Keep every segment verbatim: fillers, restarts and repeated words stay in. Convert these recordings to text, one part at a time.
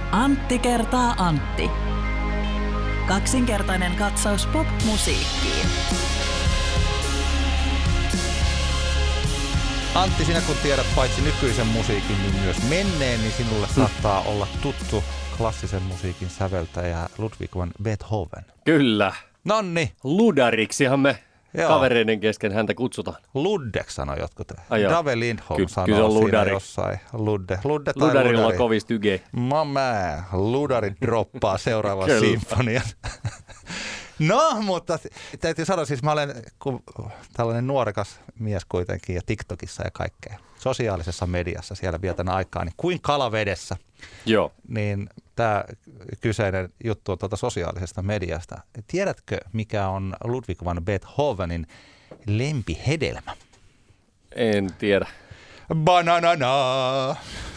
Antti kertaa Antti. Kaksinkertainen katsaus pop-musiikkiin. Antti, sinä kun tiedät paitsi nykyisen musiikin, niin myös menneen, niin sinulle saattaa olla tuttu klassisen musiikin säveltäjä Ludwig van Beethoven. Kyllä. Nonni. Ludariksihan me Joo. kavereiden kesken häntä kutsutaan. Ludek sanoi jotkut. Ai joo. Dave Lindholm Ky- sanoo kyllä on siinä ludari. jossain. Ludde. Ludde tai Ludarilla ludari. on kovin styge. Mamä, ludari droppaa seuraavan Kyllä. sinfonian. No, mutta täytyy sanoa, siis mä olen kun, tällainen nuorekas mies kuitenkin ja TikTokissa ja kaikkea. Sosiaalisessa mediassa siellä vietän aikaa, niin kuin kalavedessä. Joo. Niin tämä kyseinen juttu on tuota sosiaalisesta mediasta. Tiedätkö, mikä on Ludwig van Beethovenin lempihedelmä? En tiedä. Bananana.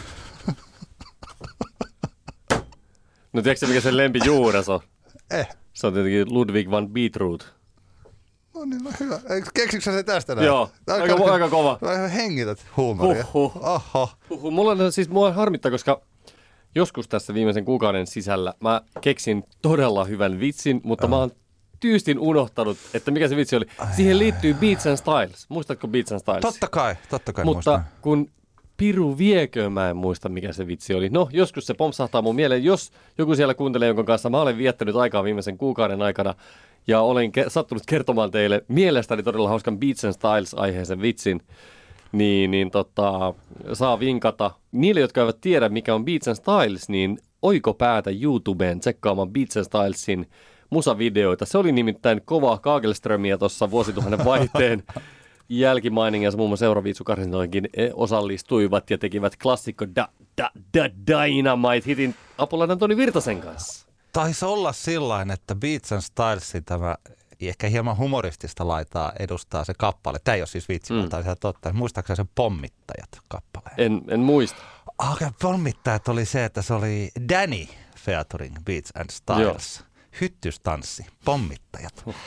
No tiedätkö mikä sen lempijuures on? Eh. Se on tietenkin Ludwig van Beetroot. No niin, no hyvä. Keksitkö se tästä näin? Joo, aika, aika, aika kova. Hengität huumoria. Huhhuh. Oho. Huhhuh. Mulla on siis mua harmittaa, koska joskus tässä viimeisen kuukauden sisällä mä keksin todella hyvän vitsin, mutta uh. mä oon tyystin unohtanut, että mikä se vitsi oli. Siihen liittyy Beats and Styles. Muistatko Beats and Styles? Totta kai, totta kai Mutta muistan. kun piru viekö, mä en muista mikä se vitsi oli. No, joskus se pompsahtaa mun mieleen. Jos joku siellä kuuntelee, jonka kanssa mä olen viettänyt aikaa viimeisen kuukauden aikana ja olen ke- sattunut kertomaan teille mielestäni todella hauskan Beats and Styles-aiheisen vitsin, niin, niin tota, saa vinkata. Niille, jotka eivät tiedä, mikä on Beats and Styles, niin oikopäätä YouTubeen tsekkaamaan Beats and Stylesin musavideoita. Se oli nimittäin kovaa Kagelströmiä tuossa vuosituhannen vaihteen jälkimainingiassa. Muun muassa Euroviitsu karsintoihinkin osallistuivat ja tekivät klassikko da, da, da, Dynamite-hitin Apulaidan Toni Virtasen kanssa. Taisi olla sillain, että Beats and Stylesin tämä ehkä hieman humoristista laitaa edustaa se kappale. Tämä ei ole siis vitsi, mutta mm. totta. Muistaakseni sen Pommittajat kappaleen? En, en muista. Ah, okay, Pommittajat oli se, että se oli Danny featuring Beats and Styles. Joo. Hyttystanssi, Pommittajat. Uh.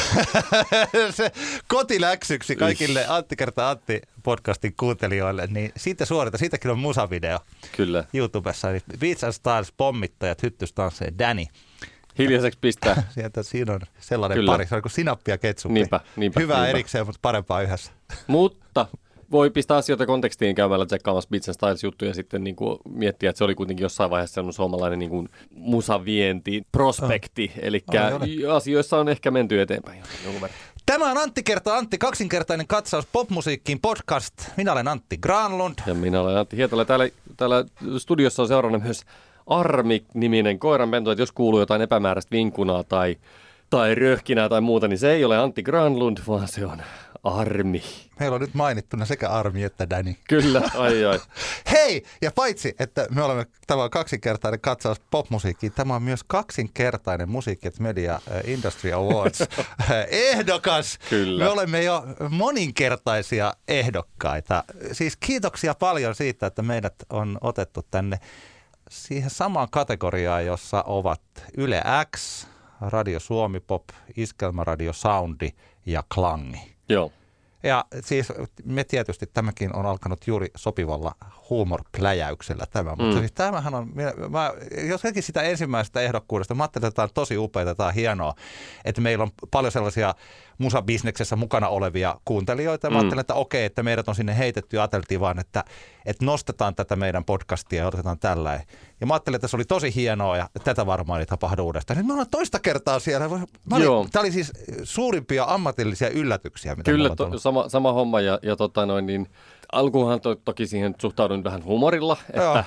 Se kotiläksyksi kaikille Antti kertaa Antti podcastin kuuntelijoille, niin siitä suorita, siitäkin on musavideo. Kyllä. YouTubessa, eli Beats and Styles, Pommittajat, Hyttystanssi, Danny. Hiljaiseksi pistää. Sieltä siinä on sellainen Kyllä. pari, se on kuin sinappi ja ketsuppi. Niinpä, niinpä. Hyvää niinpä. erikseen, mutta parempaa yhdessä. Mutta voi pistää asioita kontekstiin käymällä tsekkaamassa Beats and Styles-juttuja ja sitten niin kuin miettiä, että se oli kuitenkin jossain vaiheessa sellainen suomalainen niin kuin musavienti, prospekti, oh. eli oh, asioissa on ehkä menty eteenpäin jonkun verran. Tämä on Antti kertaa Antti, kaksinkertainen katsaus popmusiikkiin podcast. Minä olen Antti Granlund. Ja minä olen Antti Hietala. Täällä, täällä studiossa on seurana myös Armi-niminen koiranpentu, että jos kuuluu jotain epämääräistä vinkunaa tai, tai röhkinää tai muuta, niin se ei ole Antti Granlund, vaan se on Armi. Meillä on nyt mainittuna sekä Armi että Danny. Kyllä, ai ai. Hei, ja paitsi, että me olemme tämä on kaksinkertainen katsaus popmusiikkiin, tämä on myös kaksinkertainen Musiikki et Media Industry Awards ehdokas. Kyllä. Me olemme jo moninkertaisia ehdokkaita. Siis kiitoksia paljon siitä, että meidät on otettu tänne siihen samaan kategoriaan, jossa ovat Yle X, Radio Suomi Pop, Iskelmäradio Soundi ja Klangi. Joo. Ja siis me tietysti tämäkin on alkanut juuri sopivalla huumorpläjäyksellä tämä, mm. mutta siis tämähän on, mä, joskin sitä ensimmäisestä ehdokkuudesta, mä ajattelin, että tämä on tosi upeaa, tämä on hienoa, että meillä on paljon sellaisia musabisneksessä mukana olevia kuuntelijoita, ja mä mm. ajattelin, että okei, että meidät on sinne heitetty ja ajateltiin vaan, että, että nostetaan tätä meidän podcastia ja otetaan tällä. Ja mä ajattelin, että se oli tosi hienoa ja tätä varmaan ei tapahdu uudestaan. Nyt me ollaan toista kertaa siellä. Olin, tämä oli siis suurimpia ammatillisia yllätyksiä, mitä Kyllä, to, sama, sama homma ja, ja tota noin, niin alkuunhan to, toki siihen suhtaudun vähän humorilla, että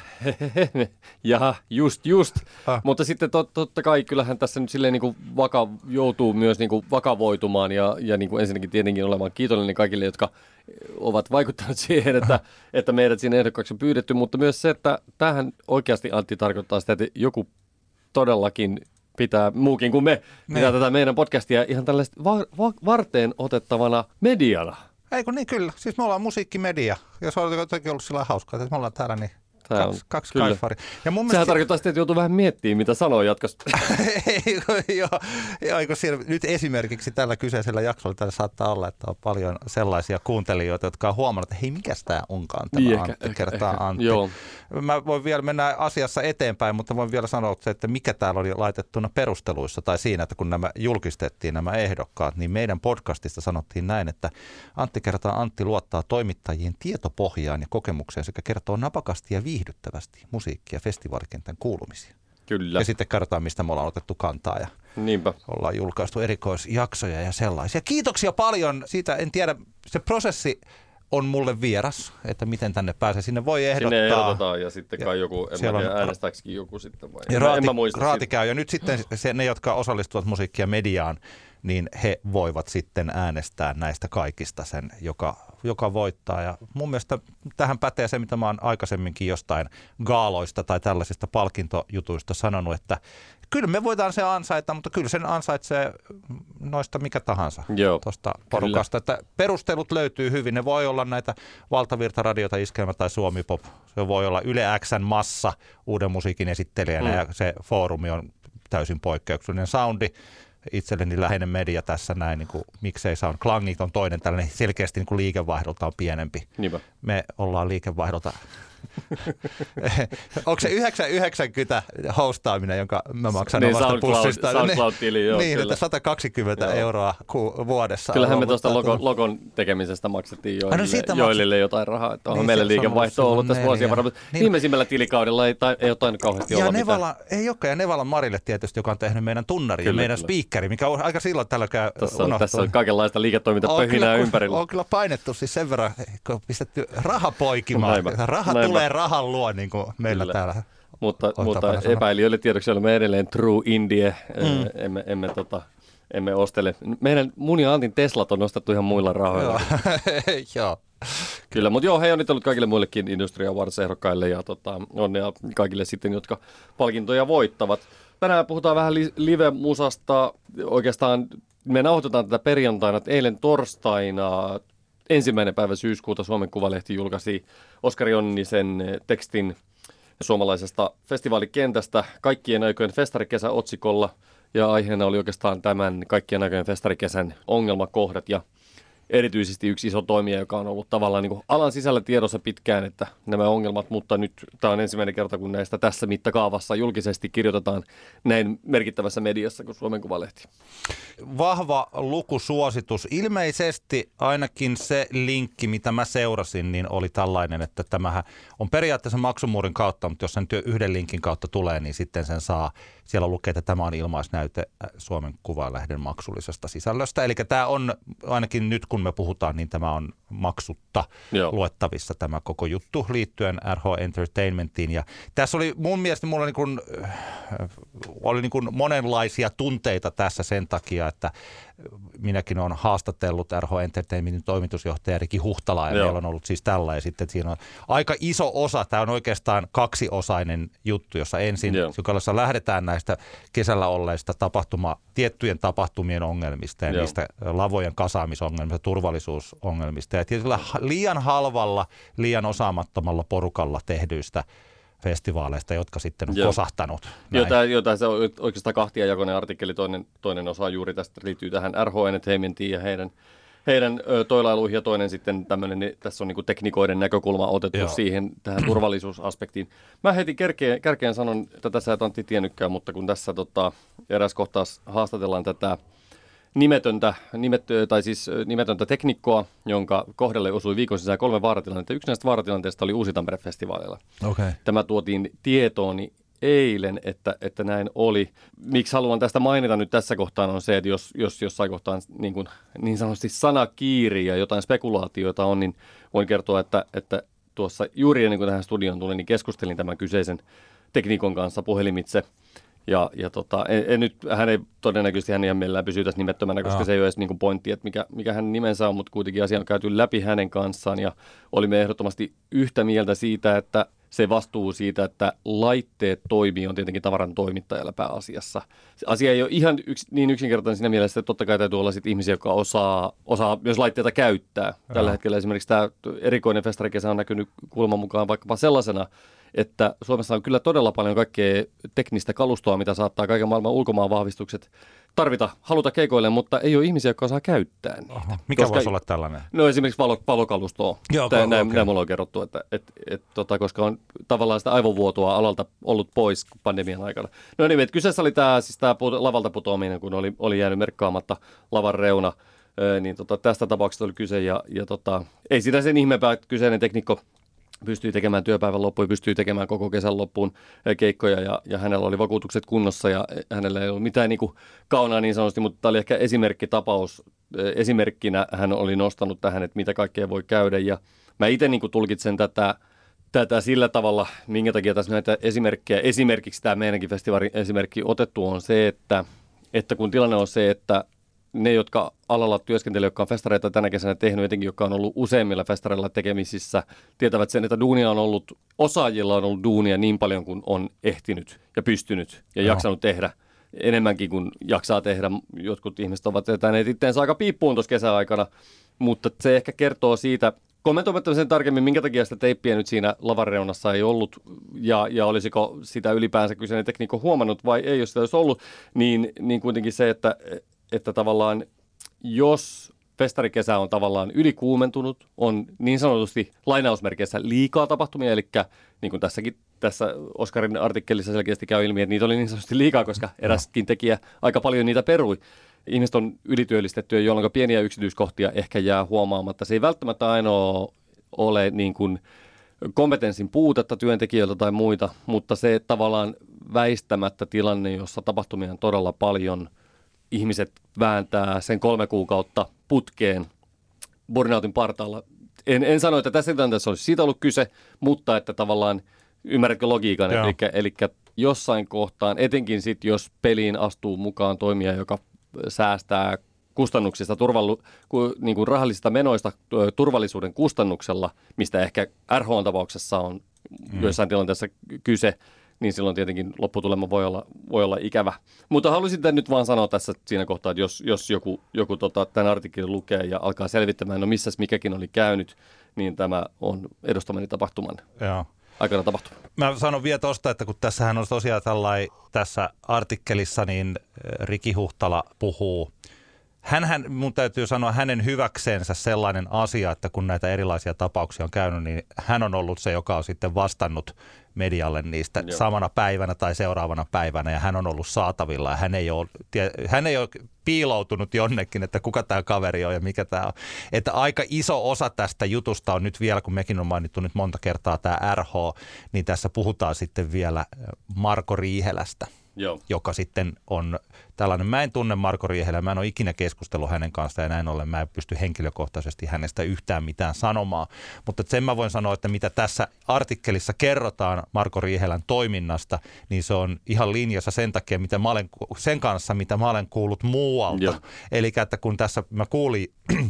jaha, just just, ah. mutta sitten tot, totta kai kyllähän tässä nyt silleen niin kuin vaka, joutuu myös niin kuin vakavoitumaan ja, ja niin kuin ensinnäkin tietenkin olemaan kiitollinen kaikille, jotka ovat vaikuttaneet siihen, että, että meidät siinä ehdokkaaksi on pyydetty, mutta myös se, että tämähän oikeasti Antti tarkoittaa sitä, että joku todellakin pitää, muukin kuin me, pitää tätä meidän podcastia ihan tällaista va- va- varteen otettavana mediana. Eikö niin, kyllä. Siis me ollaan musiikkimedia. Ja se on jotenkin ollut sillä hauskaa, että me ollaan täällä niin Tää kaksi, on, kaksi kyllä. kaifaria. Ja mun Sehän mielestä... tarkoittaa sitten, että joutuu vähän miettimään, mitä sanoo jatkossa. joo, joo, kun siellä, nyt esimerkiksi tällä kyseisellä jaksolla täällä saattaa olla, että on paljon sellaisia kuuntelijoita, jotka on huomannut, että hei, mikäs tämä onkaan tämä Niin, Antti, ehkä, kertaa ehkä, Antti. joo. Mä voin vielä mennä asiassa eteenpäin, mutta voin vielä sanoa se, että mikä täällä oli laitettuna perusteluissa tai siinä, että kun nämä julkistettiin nämä ehdokkaat, niin meidän podcastista sanottiin näin, että Antti kertaa Antti luottaa toimittajien tietopohjaan ja kokemukseen sekä kertoo napakasti ja viihdyttävästi musiikkia ja festivaalikentän kuulumisia. Kyllä. Ja sitten kerrotaan, mistä me ollaan otettu kantaa ja Niinpä. ollaan julkaistu erikoisjaksoja ja sellaisia. Kiitoksia paljon siitä, en tiedä, se prosessi on mulle vieras, että miten tänne pääsee. Sinne voi ehdottaa. Sinne ehdotetaan ja sitten kai joku, en mä tiedä, on, äänestääksikin joku sitten vai? Ja En, raati, en mä muista. raati käy. Ja nyt sitten se, ne, jotka osallistuvat musiikkia mediaan, niin he voivat sitten äänestää näistä kaikista sen, joka, joka voittaa. Ja mun mielestä tähän pätee se, mitä mä oon aikaisemminkin jostain gaaloista tai tällaisista palkintojutuista sanonut, että kyllä me voidaan se ansaita, mutta kyllä sen ansaitsee noista mikä tahansa tuosta porukasta. Että perustelut löytyy hyvin. Ne voi olla näitä Valtavirta-radioita, Iskelmä tai Suomi-pop. Se voi olla Yle X:n Massa uuden musiikin esittelijänä mm. ja se foorumi on täysin poikkeuksellinen. Soundi, itselleni läheinen media tässä näin, niin kuin, miksei Sound. Klangit on toinen tällainen selkeästi niin kuin liikevaihdolta on pienempi. Niinpä. Me ollaan liikevaihdolta. Onko se yhdeksän yhdeksänkymmentä hostaaminen, jonka mä maksan niin, omasta SoundCloud, pussista? SoundCloud-tili, joo. Niin, kyllä. että sata kaksikymmentä joo. euroa ku- vuodessa. Kyllähän me tuosta logon, logon tekemisestä maksettiin joille, no joille jotain rahaa. Että onhan niin, meille liikevaihto ollut, ollut tässä vuosien varmaan. Niin. Viimeisimmällä tilikaudella ei, tai, ei ole tainnut kauheasti ja olla Nevala, mitään. Ei olekaan, ja Nevalan Marille tietysti, joka on tehnyt meidän tunnari kyllä, ja meidän speakeri, mikä on aika silloin tällä käy tässä on, tässä on kaikenlaista liiketoimintapöhinää ympärillä. On kyllä painettu siis sen verran, kun on pistetty raha poikimaan. Raha Näinpä. Tulee rahan luo, niin kuin meillä kyllä. Täällä mutta, mutta epäilijöille tiedoksi olemme edelleen true indie, mm. emme, emme, tota, emme ostele. Meidän mun ja Antin Teslat on ostettu ihan muilla rahoilla. Joo. Kyllä, mutta joo, hei onnittelut kaikille muillekin Industry Awards-ehdokkaille ja tota, onnea kaikille sitten, jotka palkintoja voittavat. Tänään puhutaan vähän li- live-musasta. Oikeastaan me nauhoitetaan tätä perjantaina, että eilen torstaina ensimmäinen päivä syyskuuta Suomen Kuvalehti julkaisi Oskari Onnisen tekstin suomalaisesta festivaalikentästä kaikkien aikojen festarikesä otsikolla. Ja aiheena oli oikeastaan tämän kaikkien aikojen festarikesän ongelmakohdat ja erityisesti yksi iso toimija, joka on ollut tavallaan niin kuin alan sisällä tiedossa pitkään, että nämä ongelmat, mutta nyt tämä on ensimmäinen kerta, kun näistä tässä mittakaavassa julkisesti kirjoitetaan näin merkittävässä mediassa kuin Suomen Kuvalehti. Vahva lukusuositus. Ilmeisesti ainakin se linkki, mitä mä seurasin, niin oli tällainen, että tämähän on periaatteessa maksumuurin kautta, mutta jos sen yhden linkin kautta tulee, niin sitten sen saa. Siellä lukee, että tämä on ilmaisnäyte Suomen Kuvalehden maksullisesta sisällöstä. Eli tämä on ainakin nyt, kun me puhutaan, niin tämä on maksutta Joo. luettavissa tämä koko juttu liittyen R H Entertainmentiin. Ja tässä oli mun mielestä, mulla oli, niin kuin, oli niin kuin monenlaisia tunteita tässä sen takia, että minäkin olen haastatellut R H Entertainmentin toimitusjohtaja Riki Huhtalaa ja Joo. meillä on ollut siis tällä ja sitten siinä on aika iso osa, tämä on oikeastaan kaksiosainen juttu, jossa ensin, jossa lähdetään näistä kesällä olleista tapahtuma, tiettyjen tapahtumien ongelmista ja Joo. niistä lavojen kasaamisongelmista, turvallisuusongelmista ja tietyllä liian halvalla, liian osaamattomalla porukalla tehdyistä festivaaleista, jotka sitten on Joo. kosahtanut. Jotain se on oikeastaan kahtiajakoinen artikkeli, toinen, toinen osa juuri tästä liittyy tähän R H Entertainmentiin ja heidän, heidän ö, toilailuihin ja toinen sitten tämmöinen, tässä on niin kuin teknikoiden näkökulma otettu Joo. siihen tähän turvallisuusaspektiin. Mä heti kärkeen, kärkeen sanon, että tässä et Antti tiennytkään, mutta kun tässä tota, eräs kohtaa haastatellaan tätä nimetöntä, nimetty, tai siis nimetöntä teknikkoa, jonka kohdalle osui viikon sisään kolme vaaratilannetta. Yksi näistä vaaratilanteista oli Uusi-Tampere-festivaalilla. Okay. Tämä tuotiin tietooni eilen, että, että näin oli. Miksi haluan tästä mainita nyt tässä kohtaan on se, että jos, jos jossain kohtaan niin, kuin, niin sanotusti sana kiiri ja jotain spekulaatioita on, niin voin kertoa, että, että tuossa juuri ennen kuin tähän studioon tulin, niin keskustelin tämän kyseisen teknikon kanssa puhelimitse. Ja, ja tota, en, en nyt, hän ei todennäköisesti hän ihan mielellään pysyy tässä nimettömänä, koska Aa. se ei ole edes niin kuin pointti, että mikä, mikä hänen nimensä on, mutta kuitenkin asia on käyty läpi hänen kanssaan ja olimme ehdottomasti yhtä mieltä siitä, että se vastuu siitä, että laitteet toimii, on tietenkin tavaran toimittajalla pääasiassa. Se asia ei ole ihan yks, niin yksinkertainen siinä mielessä, että totta kai täytyy olla sit ihmisiä, jotka osaa, osaa myös laitteita käyttää. Aa. Tällä hetkellä esimerkiksi tämä erikoinen festarikesä on näkynyt kuuleman mukaan vaikkapa sellaisena, että Suomessa on kyllä todella paljon kaikkea teknistä kalustoa, mitä saattaa kaiken maailman ulkomaan vahvistukset tarvita, haluta keikoille, mutta ei ole ihmisiä, jotka osaa käyttää niitä. Oho, mikä koska, voisi olla tällainen? No esimerkiksi valo, valokalustoa. Joo, Tämä, okay. näin mulla on kerrottu, että et, et, tota, koska on tavallaan sitä aivovuotoa alalta ollut pois pandemian aikana. No niin, että kyseessä oli tämä, siis tämä lavalta putoaminen, kun oli, oli jäänyt merkkaamatta lavan reuna, niin tota, tästä tapauksesta oli kyse ja, ja tota, ei sitä sen ihmeempää, että kyseinen teknikko pystyy tekemään työpäivän loppuun ja pystyy tekemään koko kesän loppuun keikkoja ja, ja hänellä oli vakuutukset kunnossa ja hänellä ei ollut mitään niin kuin kaunaa niin sanotusti, mutta tämä oli ehkä esimerkkitapaus. Esimerkkinä hän oli nostanut tähän, että mitä kaikkea voi käydä ja mä itse niin kuin tulkitsen tätä, tätä sillä tavalla, minkä takia tässä näitä esimerkkejä, esimerkiksi tämä meidänkin festivaalin esimerkki otettu on se, että, että kun tilanne on se, että ne, jotka alalla työskentelevät, jotka on festareita tänä kesänä tehnyt, etenkin jotka on ollut useimmilla festareilla tekemisissä, tietävät sen, että duunia on ollut, osaajilla on ollut duunia niin paljon kuin on ehtinyt ja pystynyt ja no. jaksanut tehdä enemmänkin kuin jaksaa tehdä. Jotkut ihmiset ovat vetäneet itseensä aika piippuun tuossa kesäaikana, mutta se ehkä kertoo siitä, kommentoimatta sen tarkemmin, minkä takia sitä teippiä nyt siinä lavan reunassa ei ollut ja, ja olisiko sitä ylipäänsä kyseinen tekniikko huomannut vai ei, jos sitä olisi ollut, niin, niin kuitenkin se, että että tavallaan jos festarikesä on tavallaan ylikuumentunut, on niin sanotusti lainausmerkeissä liikaa tapahtumia, eli niin kuin tässäkin tässä Oskarin artikkelissa selkeästi käy ilmi, että niitä oli niin sanotusti liikaa, koska eräskin tekijä aika paljon niitä perui. Ihmiset on ylityöllistettyjä, jolloin pieniä yksityiskohtia ehkä jää huomaamatta. Se ei välttämättä ainoa ole niin kuin kompetenssin puutetta työntekijöiltä tai muita, mutta se tavallaan väistämättä tilanne, jossa tapahtumia on todella paljon, ihmiset vääntää sen kolme kuukautta putkeen burnoutin partaalla. En, en sano, että tässä tilanteessa olisi siitä ollut kyse, mutta että tavallaan ymmärrätkö logiikan, eli, eli jossain kohtaan, etenkin sitten jos peliin astuu mukaan toimija, joka säästää kustannuksista, turvallu, niin kuin rahallisista menoista turvallisuuden kustannuksella, mistä ehkä R H-tapauksessa on mm. joissain tilanteessa kyse, niin silloin tietenkin lopputulema voi olla, voi olla ikävä. Mutta haluaisin tämän nyt vaan sanoa tässä siinä kohtaa, että jos, jos joku, joku tota, tämän artikkelin lukee ja alkaa selvittämään, no missäs mikäkin oli käynyt, niin tämä on edustamani tapahtuman Joo. aikana tapahtuma. Mä sanon vielä tuosta, että kun tässähän on tosiaan tällainen tässä artikkelissa, niin Riki Huhtala puhuu. Hänhän, mun täytyy sanoa hänen hyväksensä sellainen asia, että kun näitä erilaisia tapauksia on käynyt, niin hän on ollut se, joka on sitten vastannut medialle niistä Joo. samana päivänä tai seuraavana päivänä, ja hän on ollut saatavilla, ja hän ei ole, hän ei ole piiloutunut jonnekin, että kuka tämä kaveri on ja mikä tämä on. Että aika iso osa tästä jutusta on nyt vielä, kun mekin on mainittu nyt monta kertaa tämä R H, niin tässä puhutaan sitten vielä Marko Riihelästä. Joo. Joka sitten on tällainen, mä en tunne Marko Riihelää, mä en ole ikinä keskustellut hänen kanssaan ja näin ollen mä en pysty henkilökohtaisesti hänestä yhtään mitään sanomaan, mutta sen mä voin sanoa, että mitä tässä artikkelissa kerrotaan Marko Riihelän toiminnasta, niin se on ihan linjassa sen takia, mitä mä olen, sen kanssa, mitä mä olen kuullut muualta. Joo. Eli että kun tässä mä kuulin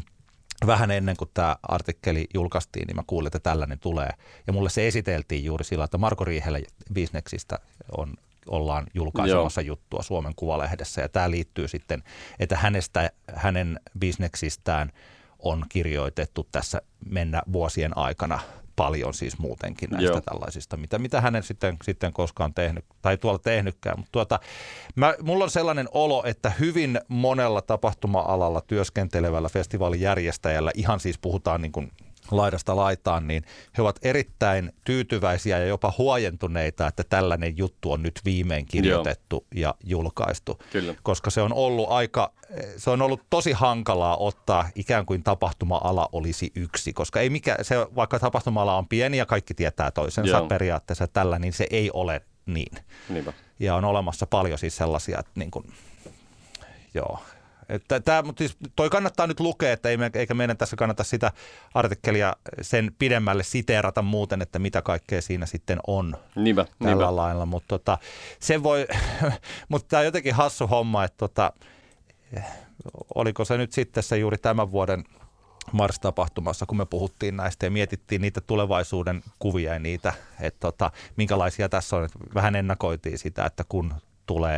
vähän ennen kuin tämä artikkeli julkaistiin, niin mä kuulin, että tällainen tulee ja mulle se esiteltiin juuri sillä, että Marko Riihelä bisneksistä on ollaan julkaisemassa Joo. juttua Suomen Kuvalehdessä ja tämä liittyy sitten, että hänestä, hänen bisneksistään on kirjoitettu tässä mennä vuosien aikana paljon siis muutenkin näistä Joo. tällaisista, mitä, mitä hänen sitten, sitten koskaan tehnyt tai tuolla tehnytkään. Mutta tuota, mä, mulla on sellainen olo, että hyvin monella tapahtuma-alalla työskentelevällä festivaalin järjestäjällä, ihan siis puhutaan niin kuin laidasta laitaan, niin he ovat erittäin tyytyväisiä ja jopa huojentuneita, että tällainen juttu on nyt viimein kirjoitettu Joo. ja julkaistu. Kyllä. Koska se on ollut aika, se on ollut tosi hankalaa ottaa ikään kuin tapahtuma-ala olisi yksi, koska ei mikä, se, vaikka tapahtuma-ala on pieni ja kaikki tietää toisensa Joo. periaatteessa tällä, niin se ei ole niin. Niinpä. Ja on olemassa paljon siis sellaisia, että niin kuin, joo. Että tämä, mutta siis toi kannattaa nyt lukea, että ei me, eikä meidän tässä kannata sitä artikkelia sen pidemmälle siteerata muuten, että mitä kaikkea siinä sitten on niinpä, tällä niinpä. lailla. Mutta tota, se voi, mutta tämä on jotenkin hassu homma, että tota, oliko se nyt sitten se juuri tämän vuoden Mars-tapahtumassa, kun me puhuttiin näistä ja mietittiin niitä tulevaisuuden kuvia ja niitä, että tota, minkälaisia tässä on, että vähän ennakoitiin sitä, että kun tulee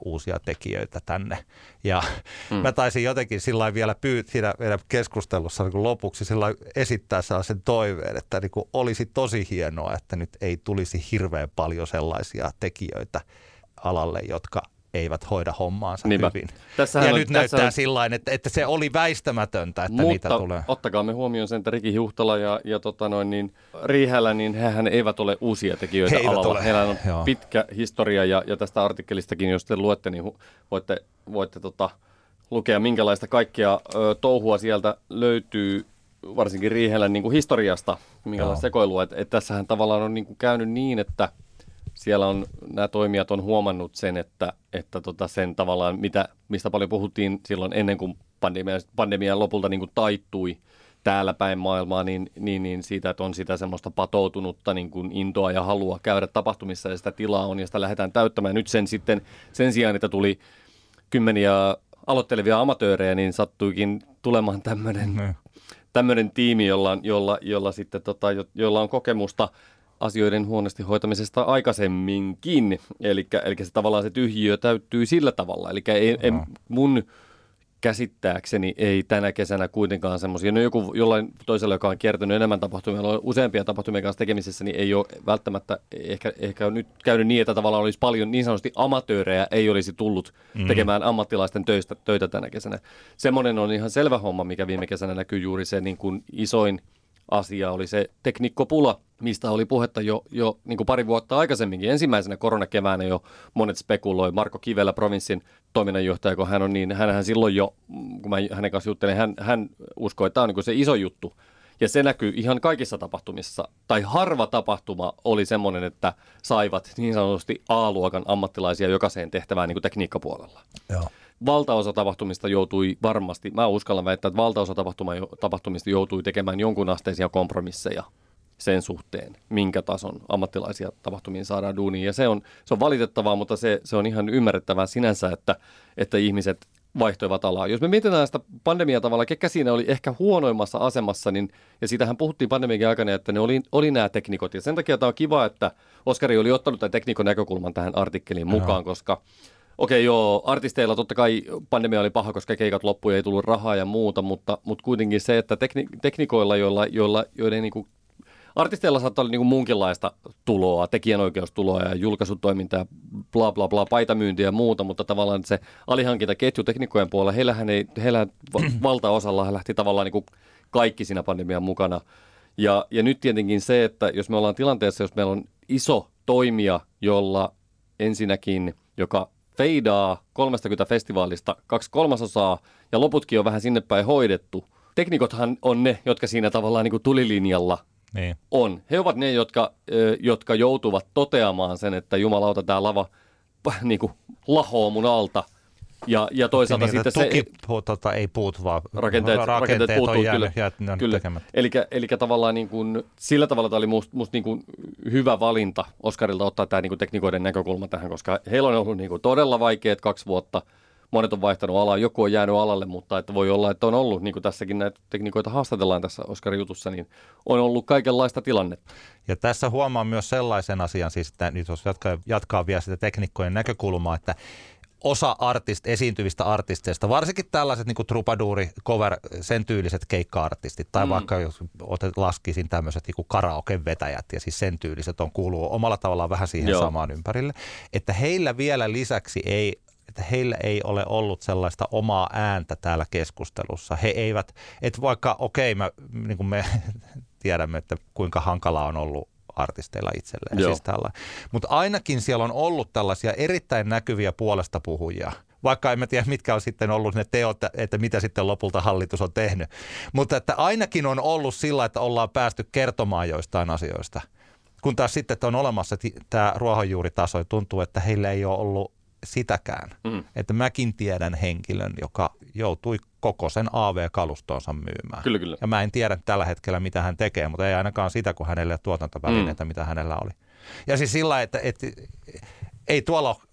uusia tekijöitä tänne. Ja mm. mä taisin jotenkin sillä vielä pyy- siinä meidän keskustelussa niin lopuksi sillä esittää sellaisen toiveen, että niin kuin olisi tosi hienoa, että nyt ei tulisi hirveän paljon sellaisia tekijöitä alalle, jotka eivät hoida hommaansa Niinpä. hyvin. Tässähän ja on, nyt näyttää on... sillain, että, että se oli väistämätöntä, että Mutta niitä tulee. Ottakaa me huomioon sen, että Riki Huhtala ja, ja tota noin, niin Riihälä, niin hehän eivät ole uusia tekijöitä He alalla. Heillä on Joo. pitkä historia ja, ja tästä artikkelistakin, jos te luette, niin voitte, voitte tota, lukea, minkälaista kaikkea ö, touhua sieltä löytyy, varsinkin Riihälän niin kuin historiasta, minkälaista sekoilua. Että et tässähän tavallaan on niin kuin käynyt niin, että siellä on, nämä toimijat on huomannut sen, että, että tota sen tavallaan, mitä, mistä paljon puhuttiin silloin ennen kuin pandemia, pandemian lopulta niin kuin taittui täällä päin maailmaa, niin, niin, niin siitä, että on sitä semmoista patoutunutta niin kuin intoa ja halua käydä tapahtumissa ja sitä tilaa on ja sitä lähdetään täyttämään. Nyt sen sitten, sen sijaan, että tuli kymmeniä aloittelevia amatöörejä, niin sattuikin tulemaan tämmöinen, mm. tämmöinen tiimi, jolla, jolla, jolla, sitten, tota, jo, jolla on kokemusta asioiden huonosti hoitamisesta aikaisemminkin, eli, eli se tavallaan se tyhjiö täyttyy sillä tavalla, eli ei, ei, mun käsittääkseni ei tänä kesänä kuitenkaan semmoisia, no joku jollain toisella, joka on kiertänyt enemmän tapahtumia, on useampia tapahtumia kanssa tekemisessä, niin ei ole välttämättä ehkä, ehkä nyt käynyt niin, että tavallaan olisi paljon niin sanotusti amatöörejä, ei olisi tullut tekemään ammattilaisten töistä, töitä tänä kesänä. Semmoinen on ihan selvä homma, mikä viime kesänä näkyy juuri se niin kuin isoin asia oli se tekniikkopula, mistä oli puhetta jo, jo niin kuin pari vuotta aikaisemminkin. Ensimmäisenä koronakeväänä jo monet spekuloi. Marko Kivelä, provinssin toiminnanjohtaja, kun hän on niin, hänhän silloin jo, kun mä hänen kanssa juttelin, hän, hän uskoi, että tämä on niin kuin se iso juttu. Ja se näkyy ihan kaikissa tapahtumissa. Tai harva tapahtuma oli semmoinen, että saivat niin sanotusti A-luokan ammattilaisia jokaiseen tehtävään niin kuin tekniikkapuolella. Joo. Valtaosa tapahtumista joutui varmasti, mä uskallan väittää, että valtaosa tapahtumista joutui tekemään jonkun asteisia kompromisseja sen suhteen, minkä tason ammattilaisia tapahtumiin saadaan duuniin. Ja se on, se on valitettavaa, mutta se, se on ihan ymmärrettävää sinänsä, että, että ihmiset vaihtoivat alaa. Jos me mietitään sitä pandemiaa tavalla, ketkä siinä oli ehkä huonoimmassa asemassa, niin, ja siitähän puhuttiin pandemian aikana, että ne oli, oli nämä teknikot. Ja sen takia tämä on kiva, että Oskari oli ottanut tämän teknikon näkökulman tähän artikkeliin mukaan, no. koska okei, okay, joo, artisteilla totta kai pandemia oli paha, koska keikat loppui ja ei tullut rahaa ja muuta, mutta, mutta kuitenkin se, että tekni, teknikoilla, joilla, joilla, joiden niin kuin, artisteilla saattaa olla niin kuin muunkinlaista tuloa, tekijänoikeustuloa ja julkaisutoimintaa, bla bla bla, paitamyyntiä ja muuta, mutta tavallaan se alihankintaketju teknikkojen puolella, heillähän ei, heillä valtaosalla lähti tavallaan niin kuin kaikki siinä pandemian mukana. Ja, ja nyt tietenkin se, että jos me ollaan tilanteessa, jos meillä on iso toimija, jolla ensinnäkin, joka feidaa kolmekymmentä festivaalista kaksi kolmasosaa ja loputkin on vähän sinne päin hoidettu. Teknikothan on ne, jotka siinä tavallaan niin kuin tulilinjalla niin on. He ovat ne, jotka, jotka joutuvat toteamaan sen, että jumalauta, tämä lava niin kuin lahoo mun alta. Ja, ja toisaalta niin, sitten tuki, se tota, ei puutu, vaan rakenteet, rakenteet, rakenteet puuttuu, on jäänyt, kyllä. Jäänyt, kyllä. Eli, eli tavallaan niin kuin, sillä tavalla tämä oli musta must niin kuin hyvä valinta Oskarilta ottaa tämä niin kuin teknikoiden näkökulma tähän, koska heillä on ollut niin kuin todella vaikeat kaksi vuotta. Monet on vaihtanut alaa, joku on jäänyt alalle, mutta että voi olla, että on ollut, niin kuin tässäkin näitä teknikoita haastatellaan tässä Oskarin jutussa, niin on ollut kaikenlaista tilannetta. Ja tässä huomaan myös sellaisen asian, siis että nyt jos jatkaa, jatkaa vielä sitä teknikkojen näkökulmaa, että osa artist, esiintyvistä artisteista, varsinkin tällaiset niin kuin troubadouri, cover, sen tyyliset keikka-artistit, tai mm. vaikka jos otet, laskisin tämmöiset niin kuin karaoke-vetäjät, ja siis sen tyyliset on kuuluu omalla tavallaan vähän siihen Joo. samaan ympärille, että heillä vielä lisäksi ei, että heillä ei ole ollut sellaista omaa ääntä täällä keskustelussa. He eivät, että vaikka okei, okay, niin kuin me tiedämme, että kuinka hankalaa on ollut artisteilla itselleen. Siis mutta ainakin siellä on ollut tällaisia erittäin näkyviä puolesta puhujia. Vaikka en tiedä, mitkä on sitten ollut ne teot, että mitä sitten lopulta hallitus on tehnyt. Mutta että ainakin on ollut sillä, että ollaan päästy kertomaan joistain asioista. Kun taas sitten, että on olemassa tämä ruohonjuuritaso ja tuntuu, että heillä ei ole ollut sitäkään. Mm. Että mäkin tiedän henkilön, joka joutui koko sen A V-kalustonsa myymään. Kyllä, kyllä. Ja mä en tiedä tällä hetkellä, mitä hän tekee, mutta ei ainakaan sitä, kun hänelle tuotantovälineitä, mm. mitä hänellä oli. Ja siis sillä, että, että ei tuolla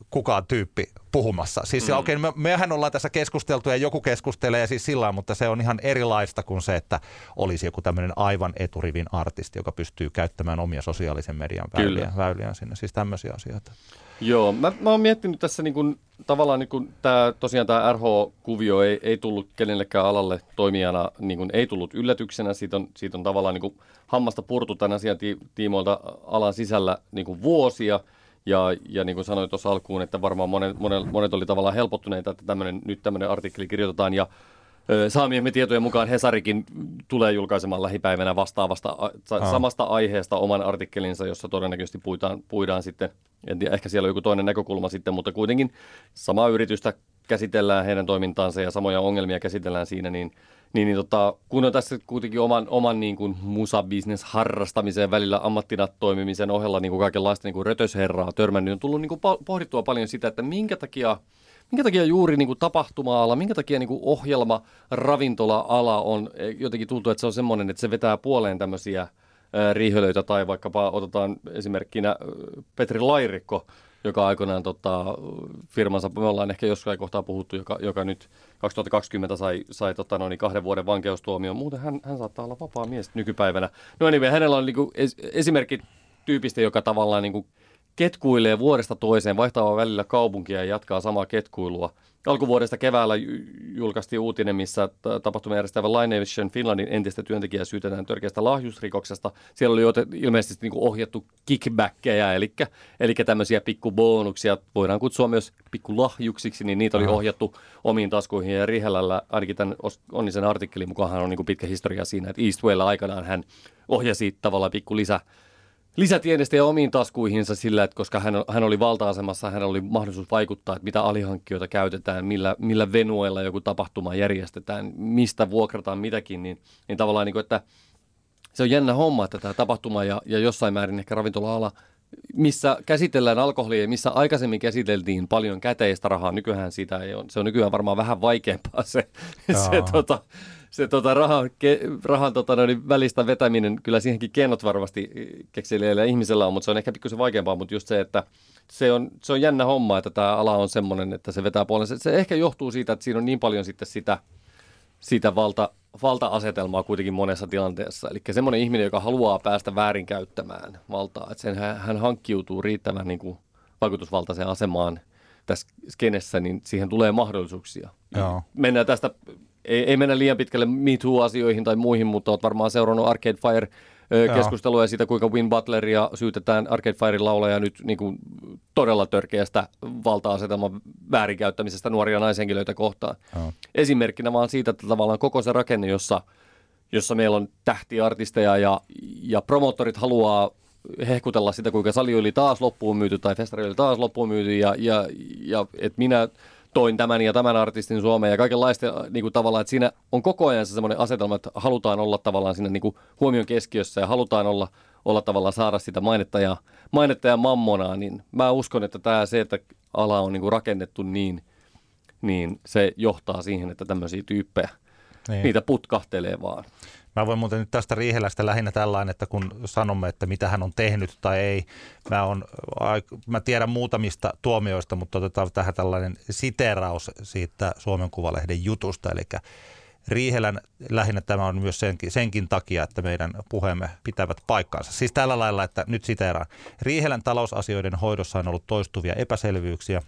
kukaan tyyppi puhumassa. Siis mm. okei, okay, me, mehän ollaan tässä keskusteltu ja joku keskustelee siis sillä lailla, mutta se on ihan erilaista kuin se, että olisi joku tämmöinen aivan eturivin artisti, joka pystyy käyttämään omia sosiaalisen median väyliä, väyliä sinne. Siis tämmöisiä asioita. Joo, mä, mä oon miettinyt tässä niin kun, tavallaan niin kun tää, tosiaan tämä R H-kuvio ei, ei tullut kenellekään alalle toimijana, niin kun, ei tullut yllätyksenä. Siitä on, siitä on tavallaan niin kun, hammasta purtu tämän asian tiimoilta alan sisällä niin kun vuosia. Ja, ja niin kuin sanoin tuossa alkuun, että varmaan monet, monet, monet oli tavallaan helpottuneita, että tämmönen, nyt tämmöinen artikkeli kirjoitetaan. Ja ö, saamiemme tietojen mukaan Hesarikin tulee julkaisemaan lähipäivänä vastaavasta a, sa, samasta aiheesta oman artikkelinsa, jossa todennäköisesti puidaan, puidaan sitten, en tiedä, ehkä siellä on joku toinen näkökulma sitten, mutta kuitenkin samaa yritystä käsitellään heidän toimintaansa ja samoja ongelmia käsitellään siinä, niin Niin, niin tota, kun on tässä kuitenkin oman, oman niin kuin musa-business harrastamiseen välillä ammattina toimimisen ohella niin kuin kaikenlaista niin kuin rötösherraa törmännyt, on tullut niin kuin pohdittua paljon sitä, että minkä takia, minkä takia juuri niin kuin tapahtuma-ala, minkä takia niin kuin ohjelma, ravintola-ala on jotenkin tuntuu, että se on semmoinen, että se vetää puoleen tämmöisiä ää, riihölöitä tai vaikkapa otetaan esimerkkinä Petri Lairikko, joka aikoinaan tota, firmansa, me ollaan ehkä jossain kohtaa puhuttu, joka, joka nyt kaksituhattakaksikymmentä sai, sai tota, noin kahden vuoden vankeustuomioon. Muuten hän, hän saattaa olla vapaa mies nykypäivänä. No anyway, hänellä on niinku es, esimerkki tyypistä, joka tavallaan niinku ketkuilee vuodesta toiseen, vaihtaa välillä kaupunkia ja jatkaa samaa ketkuilua. Alkuvuodesta keväällä julkaistiin uutinen, missä tapahtumajärjestävä Live Nation Finlandin entistä työntekijää syytetään törkeästä lahjusrikoksesta. Siellä oli otet, ilmeisesti niin kuin ohjattu kickbackkejä, eli, eli tämmöisiä pikkubonuksia, voidaan kutsua myös pikkulahjuksiksi, niin niitä oli ohjattu omiin taskuihin. Ja Rihelällä, ainakin tämän Onnisen artikkelin mukaan, hän on niin kuin pitkä historia siinä, että Eastwaylla aikanaan hän ohjasi tavallaan pikku lisä. Lisätienestejä omiin taskuihinsa sillä, että koska hän, hän oli valta-asemassa, hän oli mahdollisuus vaikuttaa, että mitä alihankkijoita käytetään, millä, millä venueilla joku tapahtuma järjestetään, mistä vuokrataan mitäkin, niin, niin tavallaan niin kuin, että se on jännä homma, että tämä tapahtuma ja, ja jossain määrin ehkä ravintola-ala, missä käsitellään alkoholia ja missä aikaisemmin käsiteltiin paljon käteistä rahaa, nykyään siitä ei ole, se on nykyään varmaan vähän vaikeampaa se, se tota, se tota, rahan, ke, rahan tota, noin, välistä vetäminen, kyllä siihenkin keinot varmasti kekseliäillä ihmisellä on, mutta se on ehkä pikkusen vaikeampaa, mutta just se, että se on, se on jännä homma, että tämä ala on semmoinen, että se vetää puolen. Se, se ehkä johtuu siitä, että siinä on niin paljon sitten sitä, sitä valta, valta-asetelmaa kuitenkin monessa tilanteessa. Eli semmoinen ihminen, joka haluaa päästä väärinkäyttämään valtaa, että sen, hän hankkiutuu riittävän niin kuin vaikutusvaltaiseen asemaan tässä skenessä, niin siihen tulee mahdollisuuksia. Joo. Mennään tästä, ei, ei mennä liian pitkälle Me Too-asioihin tai muihin, mutta olet varmaan seurannut Arcade Fire-keskustelua ja siitä, kuinka Win Butleria syytetään Arcade Firen laulaja nyt niin kuin todella törkeästä valta-asetelman väärinkäyttämisestä nuoria naishenkilöitä kohtaan. Joo. Esimerkkinä vaan siitä, että tavallaan koko se rakenne, jossa, jossa meillä on tähtiartisteja ja, ja promottorit haluaa hehkutella sitä, kuinka sali oli taas loppuun myyty tai festari oli taas loppuun myyty ja, ja, ja että minä toin tämän ja tämän artistin Suomeen ja kaikenlaista niin kuin tavallaan, että siinä on koko ajan se semmoinen asetelma, että halutaan olla tavallaan siinä niin kuin huomion keskiössä ja halutaan olla, olla tavallaan saada sitä mainetta ja, mainetta ja mammonaa, niin mä uskon, että tämä se, että ala on niin kuin rakennettu niin, niin se johtaa siihen, että tämmöisiä tyyppejä, niin. niitä putkahtelee vaan. Mä voin muuten nyt tästä Riihelästä lähinnä tällainen, että kun sanomme, että mitä hän on tehnyt tai ei, mä, on, mä tiedän muutamista tuomioista, mutta otetaan tähän tällainen siteeraus siitä Suomen Kuvalehden jutusta, eli Riihelän lähinnä tämä on myös senkin, senkin takia, että meidän puheemme pitävät paikkaansa. Siis tällä lailla, että nyt siteeraan. Riihelän talousasioiden hoidossa on ollut toistuvia epäselvyyksiä.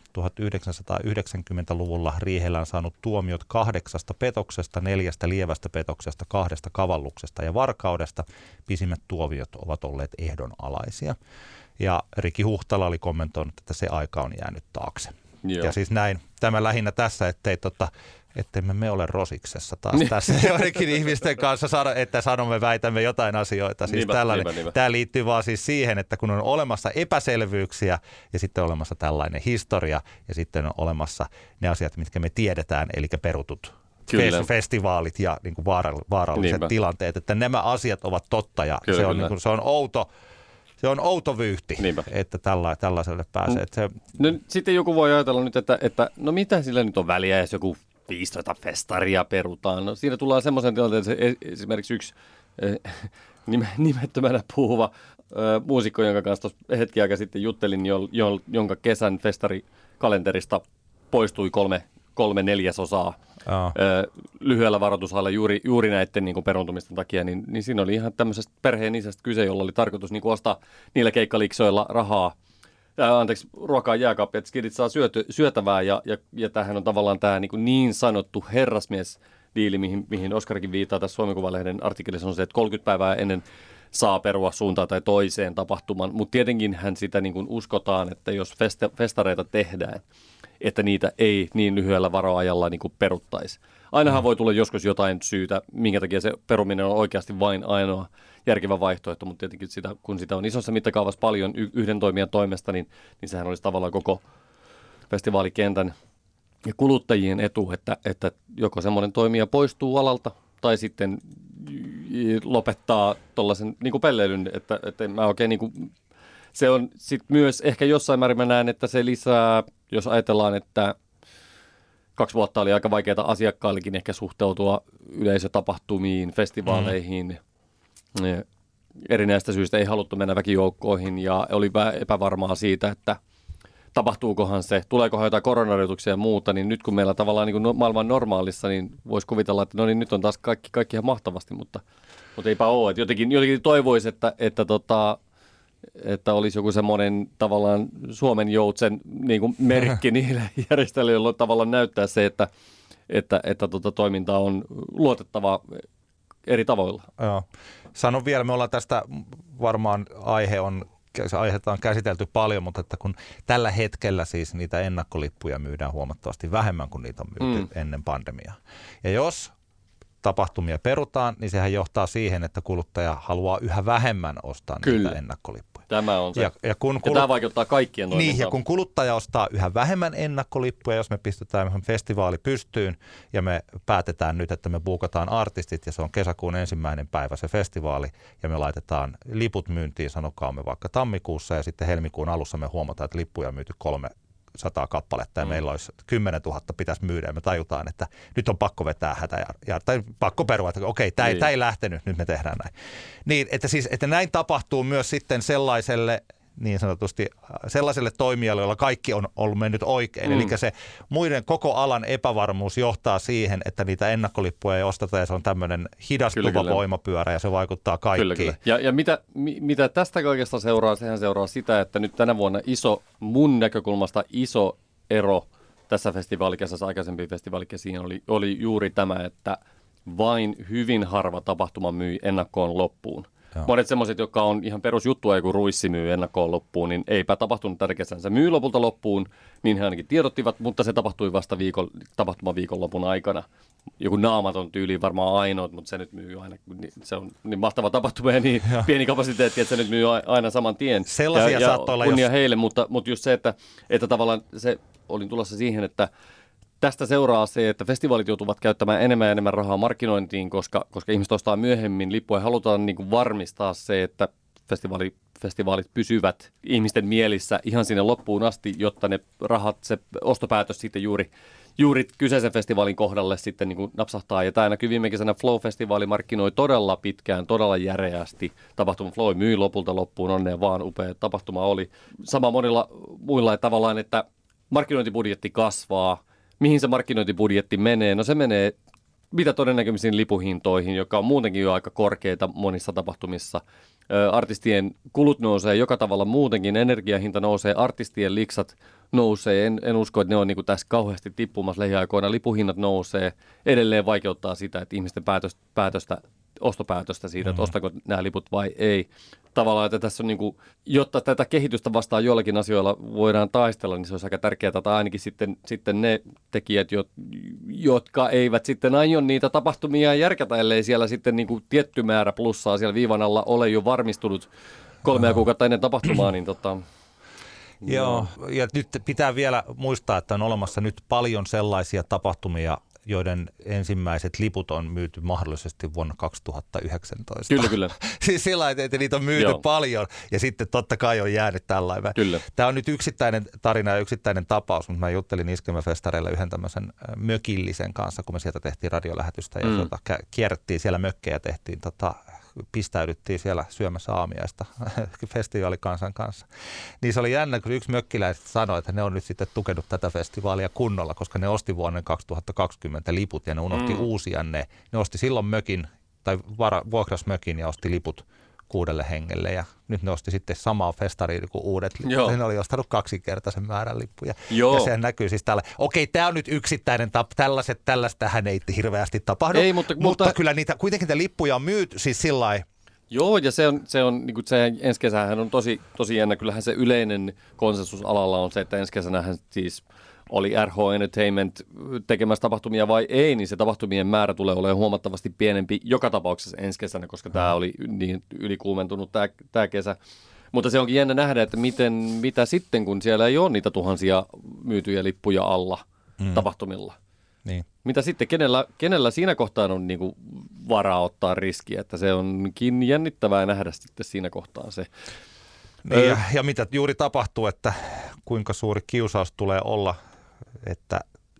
tuhatyhdeksänsataayhdeksänkymmentäluvulla Riihelä on saanut tuomiot kahdeksasta petoksesta, neljästä lievästä petoksesta, kahdesta kavalluksesta ja varkaudesta. Pisimmät tuomiot ovat olleet ehdonalaisia. Ja Riki Huhtala oli kommentoinut, että se aika on jäänyt taakse. Joo. Ja siis näin, tämä lähinnä tässä, ettei totta... Että me ole rosiksessa taas tässä joidenkin ihmisten kanssa, että sanomme, väitämme jotain asioita. Siis niinpä, tällainen, niinpä, niinpä. Tämä liittyy vaan siis siihen, että kun on olemassa epäselvyyksiä ja sitten on olemassa tällainen historia ja sitten on olemassa ne asiat, mitkä me tiedetään, eli perutut Kyllä. festivaalit ja niin kuin vaaralliset niinpä. tilanteet, että nämä asiat ovat totta ja kyllä, se, on, niin kuin, se on outo. Se on outo vyyhti, Niinpä. että tälla, tällaiselle pääsee. Että se... no, sitten joku voi ajatella nyt, että, että no mitä sillä nyt on väliä, jos joku viisitoista festaria perutaan. No, siinä tullaan semmoisen tilanteen, että esimerkiksi yksi äh, nimettömänä puhuva äh, muusikko, jonka kanssa hetki aika sitten juttelin, jo, jo, jonka kesän festari kalenterista poistui kolme, kolme neljäsosaa Joo. ö, lyhyellä varoitusajalla juuri, juuri näiden niin kuin peruuntumisten takia, niin, niin siinä oli ihan tämmöisestä perheen isästä kyse, jolla oli tarkoitus niin kuin ostaa niillä keikkaliksoilla rahaa, ää, anteeksi, ruokaa jääkaappia, että skidit saa syöty, syötävää, ja, ja, ja tämähän on tavallaan tämä niin, kuin niin sanottu herrasmies-diili, mihin, mihin Oskarikin viittaa tässä Suomen Kuvalehden artikkelissa, on se, että kolmekymmentä päivää ennen saa perua suuntaan tai toiseen tapahtuman, mutta tietenkin hän sitä niin kuin uskotaan, että jos festa, festareita tehdään, että niitä ei niin lyhyellä varoajalla niin kuin peruttaisi. Ainahan voi tulla joskus jotain syytä, minkä takia se peruminen on oikeasti vain ainoa järkevä vaihtoehto, mutta tietenkin sitä, kun sitä on isossa mittakaavassa paljon y- yhden toimijan toimesta, niin, niin sehän olisi tavallaan koko festivaalikentän ja kuluttajien etu, että, että joko semmoinen toimija poistuu alalta tai sitten lopettaa tuollaisen niin kuin pelleilyn, että, että mä oikein niin kuin, se on sitten myös ehkä jossain määrin mä näen, että se lisää, jos ajatellaan, että kaksi vuotta oli aika vaikeaa asiakkaillekin ehkä suhteutua yleisötapahtumiin, festivaaleihin. Mm. Erinäistä syistä ei haluttu mennä väkijoukkoihin ja oli epävarmaa siitä, että tapahtuukohan se, tuleekohan jotain koronarajoituksia ja muuta, niin nyt kun meillä tavallaan niin kuin maailman normaalissa, niin voisi kuvitella, että no niin, nyt on taas kaikki, kaikki ihan mahtavasti, mutta, mutta eipä ole. Että jotenkin, jotenkin toivoisi, että, että, tota, että olisi joku semmoinen tavallaan Suomen joutsen niin kuin merkki niille järjestöille, joilla tavallaan näyttää se, että, että, että tota, toiminta on luotettava eri tavoilla. Joo. Sanon vielä, me ollaan tästä varmaan aihe on se aiheita on käsitelty paljon, mutta että kun tällä hetkellä siis niitä ennakkolippuja myydään huomattavasti vähemmän kuin niitä on myyty mm. ennen pandemiaa. Ja jos tapahtumia perutaan, niin sehän johtaa siihen, että kuluttaja haluaa yhä vähemmän ostaa Kyllä. niitä ennakkolippuja. Tämä on se. Ja, ja, kun ja tämä vaikuttaa kaikkien toimintaan. Niin, ja kun kuluttaja ostaa yhä vähemmän ennakkolippuja, jos me pistetään festivaali pystyyn ja me päätetään nyt, että me buukataan artistit ja se on kesäkuun ensimmäinen päivä se festivaali ja me laitetaan liput myyntiin, sanokaamme vaikka tammikuussa ja sitten helmikuun alussa me huomataan, että lippuja on myyty kolme sataa kappaletta ja mm. meillä olisi kymmenentuhatta pitäisi myydä ja me tajutaan, että nyt on pakko vetää hätä ja, ja tai pakko perua, että okei, tämä ei, niin. ei lähtenyt, nyt me tehdään näin. Niin, että siis, että näin tapahtuu myös sitten sellaiselle niin sanotusti sellaiselle toimijalle, jolla kaikki on ollut mennyt oikein. Mm. Eli se muiden koko alan epävarmuus johtaa siihen, että niitä ennakkolippuja ei osteta ja se on tämmöinen hidastuva kyllä, kyllä. voimapyörä ja se vaikuttaa kaikkiin. Kyllä, kyllä. Ja, ja mitä, mi, mitä tästä kaikesta seuraa, sehän seuraa sitä, että nyt tänä vuonna iso, mun näkökulmasta iso ero tässä festivaalikesässä, aikaisempiin festivaalikesiin oli, oli juuri tämä, että vain hyvin harva tapahtuma myi ennakkoon loppuun. Joo. Monet semmoiset, jotka on ihan perusjuttua, joku ruissi myy ennakkoon loppuun, niin eipä tapahtunut tärkeässä. Se myy lopulta loppuun, niin he ainakin tiedottivat, mutta se tapahtui vasta viikon, tapahtuma viikonlopun aikana. Joku naamaton tyyli varmaan ainoa, mutta se nyt myy aina, se on niin mahtava tapahtuma ja niin ja. pieni kapasiteetti, että se nyt myy aina saman tien. Sellaisia ja, saattoi olla, kunnia jos... heille, mutta, mutta just se, että, että tavallaan se, olin tulossa siihen, että tästä seuraa se, että festivaalit joutuvat käyttämään enemmän ja enemmän rahaa markkinointiin, koska, koska ihmiset ostaa myöhemmin lippuja ja halutaan niin kuin varmistaa se, että festivaali, festivaalit pysyvät ihmisten mielissä ihan sinne loppuun asti, jotta ne rahat, se ostopäätös sitten juuri, juuri kyseisen festivaalin kohdalle sitten niin kuin napsahtaa. Ja tämä näkyy viime kesänä Flow-festivaali markkinoi todella pitkään, todella järeästi. Tapahtuma Flow myi lopulta loppuun, onnea vaan, upea tapahtuma oli. Sama monilla muilla että tavallaan, että markkinointibudjetti kasvaa. Mihin se markkinointibudjetti menee? No se menee mitä todennäköisiin lipuhintoihin, joka on muutenkin jo aika korkeita monissa tapahtumissa. Ö, artistien kulut nousee joka tavalla muutenkin, energiahinta nousee, artistien liksat nousee. En, en usko, että ne on niin kuin tässä kauheasti tippumassa lähiaikoina. Lipuhinnat nousee, edelleen vaikeuttaa sitä, että ihmisten päätöstä, päätöstä ostopäätöstä siitä, että ostako nämä liput vai ei. Tavallaan, että tässä on niin kuin, jotta tätä kehitystä vastaan joillakin asioilla voidaan taistella, niin se olisi aika tärkeää, että ainakin sitten, sitten ne tekijät, jotka eivät sitten aio niitä tapahtumia järkätä, ellei siellä sitten niin kuin tietty määrä plussaa siellä viivan alla ole jo varmistunut kolmea kuukautta ennen tapahtumaa, niin tota... Joo, ja nyt pitää vielä muistaa, että on olemassa nyt paljon sellaisia tapahtumia, joiden ensimmäiset liput on myyty mahdollisesti vuonna kaksituhattayhdeksäntoista. Kyllä, kyllä. Siis sillä tavalla, että niitä on myyty Joo. paljon ja sitten totta kai on jäänyt tällainen. Kyllä. Tämä on nyt yksittäinen tarina ja yksittäinen tapaus, mutta mä juttelin Iskelmäfestareilla yhden tämmöisen mökillisen kanssa, kun me sieltä tehtiin radiolähetystä ja mm. tota, kierrettiin siellä mökkejä, tehtiin tota, pistäydyttiin siellä syömässä aamiaista festivaalikansan kanssa. Niin se oli jännä, kun yksi mökkiläiset sanoi, että ne on nyt sitten tukenut tätä festivaalia kunnolla, koska ne osti vuonna kaksituhattakaksikymmentä liput ja ne unohti mm. uusia ne. Ne osti silloin mökin tai vara, vuokras mökin ja osti liput kuudelle hengelle ja nyt ne osti sitten samaa festariin kuin uudet liput. Joo. Ne oli ostanut kaksinkertaisen määrän lippuja. Joo. Ja sehän näkyy siis tällä. Okei, tämä on nyt yksittäinen tap. Tällaiset, tällaistähän ei hirveästi tapahdu. Ei, mutta, mutta, mutta kyllä niitä, kuitenkin niitä lippuja on myyty siis sillä lailla. Joo, ja se on, se on niin kuin se ensi kesähän on tosi, tosi jännä. Kyllähän se yleinen konsensus alalla on se, että ensi kesänähän siis oli R H Entertainment tekemässä tapahtumia vai ei, niin se tapahtumien määrä tulee olemaan huomattavasti pienempi joka tapauksessa ensi kesänä, koska tämä oli niin ylikuumentunut tämä, tämä kesä. Mutta se onkin jännä nähdä, että miten, mitä sitten, kun siellä ei ole niitä tuhansia myytyjä lippuja alla mm. tapahtumilla. Niin. Mitä sitten, kenellä, kenellä siinä kohtaa on niinku varaa ottaa riskiä, että se onkin jännittävää nähdä sitten siinä kohtaa se. Niin, ja, ja mitä juuri tapahtuu, että kuinka suuri kiusaus tulee olla, että